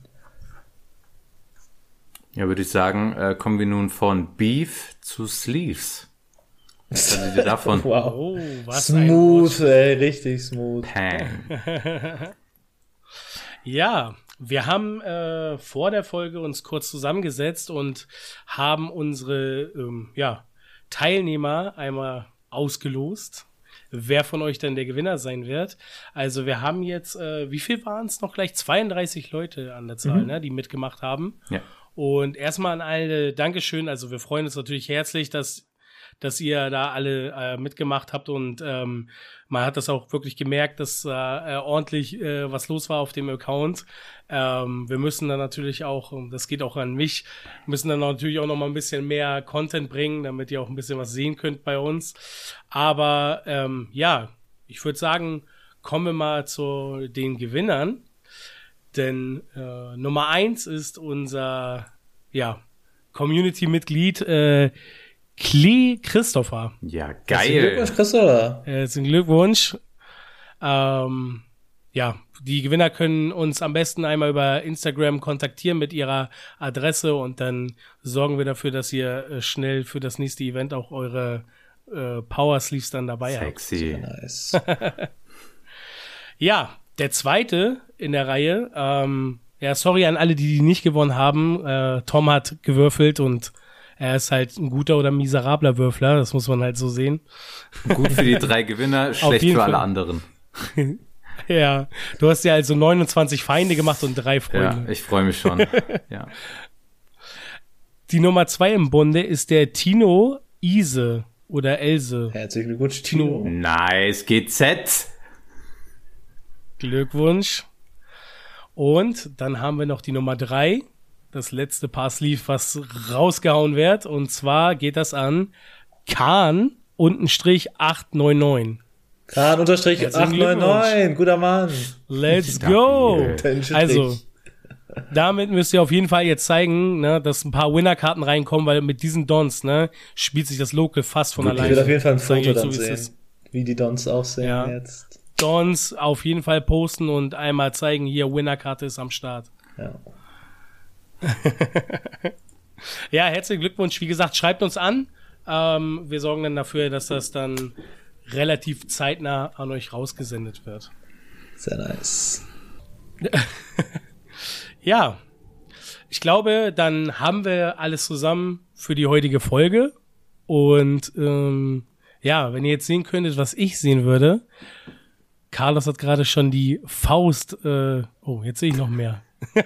[SPEAKER 2] Ja, würde ich sagen, kommen wir nun von Beef zu Sleeves. Was haltet ihr davon?
[SPEAKER 1] Wow.
[SPEAKER 3] Oh, was
[SPEAKER 1] smooth, ey, richtig smooth.
[SPEAKER 2] Pang.
[SPEAKER 3] Ja, wir haben vor der Folge uns kurz zusammengesetzt und haben unsere Teilnehmer einmal ausgelost, wer von euch denn der Gewinner sein wird. Also wir haben jetzt, wie viel waren es noch gleich? 32 Leute an der Zahl, ne, die mitgemacht haben.
[SPEAKER 2] Ja.
[SPEAKER 3] Und erstmal an alle Dankeschön. Also wir freuen uns natürlich herzlich, dass ihr da alle mitgemacht habt und man hat das auch wirklich gemerkt, dass ordentlich was los war auf dem Account. Wir müssen dann natürlich auch, das geht auch an mich, müssen dann natürlich auch noch mal ein bisschen mehr Content bringen, damit ihr auch ein bisschen was sehen könnt bei uns. Aber ja, ich würde sagen, kommen wir mal zu den Gewinnern. Denn Nummer 1 ist unser Community-Mitglied Klee Christopher.
[SPEAKER 2] Ja,
[SPEAKER 1] Herzlichen
[SPEAKER 2] geil.
[SPEAKER 1] Glückwunsch, Christopher.
[SPEAKER 3] Herzlichen Glückwunsch. Die Gewinner können uns am besten einmal über Instagram kontaktieren mit ihrer Adresse und dann sorgen wir dafür, dass ihr schnell für das nächste Event auch eure Power Sleeves dann dabei habt.
[SPEAKER 2] Sexy.
[SPEAKER 1] Nice.
[SPEAKER 3] Ja, der zweite in der Reihe, sorry an alle, die nicht gewonnen haben. Tom hat gewürfelt und er ist halt ein guter oder miserabler Würfler, das muss man halt so sehen.
[SPEAKER 2] Gut für die 3 Gewinner, schlecht für alle anderen.
[SPEAKER 3] Ja, du hast ja also 29 Feinde gemacht und 3 Freunde.
[SPEAKER 2] Ja, ich freue mich schon. Ja.
[SPEAKER 3] Die Nummer 2 im Bunde ist der Tino Ise oder Else.
[SPEAKER 1] Herzlichen Glückwunsch, Tino.
[SPEAKER 2] Nice, GZ.
[SPEAKER 3] Glückwunsch. Und dann haben wir noch die Nummer 3, das letzte Paar Sleeve, was rausgehauen wird. Und zwar geht das an Kahn _899.
[SPEAKER 1] Kran_899, guter Mann.
[SPEAKER 3] Let's go!
[SPEAKER 1] Dein Strich.
[SPEAKER 3] Also, damit müsst ihr auf jeden Fall jetzt zeigen, ne, dass ein paar Winnerkarten reinkommen, weil mit diesen Dons, ne, spielt sich das Local fast von
[SPEAKER 1] ich
[SPEAKER 3] alleine.
[SPEAKER 1] will auf jeden Fall ein
[SPEAKER 3] Zeig
[SPEAKER 1] Foto
[SPEAKER 3] euch
[SPEAKER 1] dann
[SPEAKER 3] so, wie es
[SPEAKER 1] sehen, wie die Dons aussehen
[SPEAKER 3] Ja.
[SPEAKER 1] jetzt.
[SPEAKER 3] Dons auf jeden Fall posten und einmal zeigen, hier, Winnerkarte ist am Start.
[SPEAKER 1] Ja.
[SPEAKER 3] Ja, herzlichen Glückwunsch. Wie gesagt, schreibt uns an. Wir sorgen dann dafür, dass das dann relativ zeitnah an euch rausgesendet wird.
[SPEAKER 1] Sehr nice.
[SPEAKER 3] Ja, ich glaube, dann haben wir alles zusammen für die heutige Folge. Und ja, wenn ihr jetzt sehen könntet, was ich sehen würde. Carlos hat gerade schon die Faust. Oh, jetzt sehe ich noch mehr.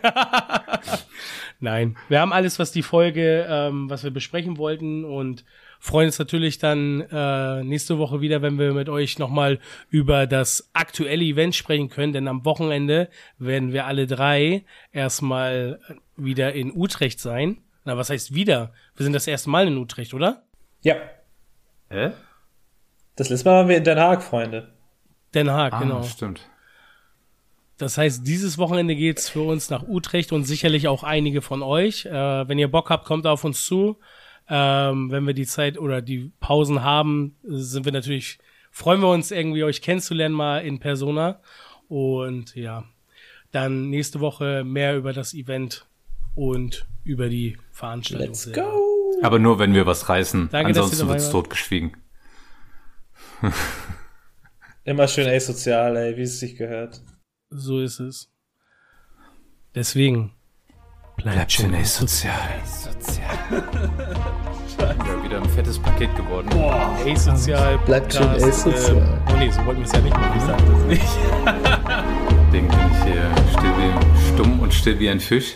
[SPEAKER 3] Nein, wir haben alles, was die Folge, was wir besprechen wollten und freuen uns natürlich dann nächste Woche wieder, wenn wir mit euch nochmal über das aktuelle Event sprechen können, denn am Wochenende werden wir alle drei erstmal wieder in Utrecht sein. Na, was heißt wieder? Wir sind das erste Mal in Utrecht, oder?
[SPEAKER 1] Ja.
[SPEAKER 2] Hä?
[SPEAKER 1] Das letzte Mal waren wir in Den Haag, Freunde.
[SPEAKER 3] Den Haag, genau.
[SPEAKER 2] Stimmt.
[SPEAKER 3] Das heißt, dieses Wochenende geht's für uns nach Utrecht und sicherlich auch einige von euch. Wenn ihr Bock habt, kommt auf uns zu. Wenn wir die Zeit oder die Pausen haben, freuen wir uns irgendwie, euch kennenzulernen mal in Persona. Und ja, dann nächste Woche mehr über das Event und über die Veranstaltung.
[SPEAKER 1] Let's
[SPEAKER 3] selber.
[SPEAKER 1] go!
[SPEAKER 2] Aber nur, wenn wir was reißen.
[SPEAKER 3] Danke, dass ihr
[SPEAKER 2] Ansonsten
[SPEAKER 3] dabei
[SPEAKER 2] wird's
[SPEAKER 3] wart.
[SPEAKER 2] totgeschwiegen.
[SPEAKER 1] Immer schön asozial, ey, wie es sich gehört.
[SPEAKER 3] So ist es. Deswegen.
[SPEAKER 2] Bleibt schön asozial. Ja, wieder ein fettes Paket geworden.
[SPEAKER 3] Asozial.
[SPEAKER 1] Bleibt schön
[SPEAKER 3] Podcast,
[SPEAKER 1] asozial.
[SPEAKER 3] Oh nee, so wollten wir es ja nicht machen.
[SPEAKER 1] Ich sag das nicht.
[SPEAKER 2] Deswegen bin ich hier stumm und still wie ein Fisch.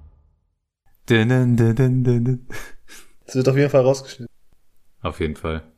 [SPEAKER 1] Das wird auf jeden Fall rausgeschnitten.
[SPEAKER 2] Auf jeden Fall.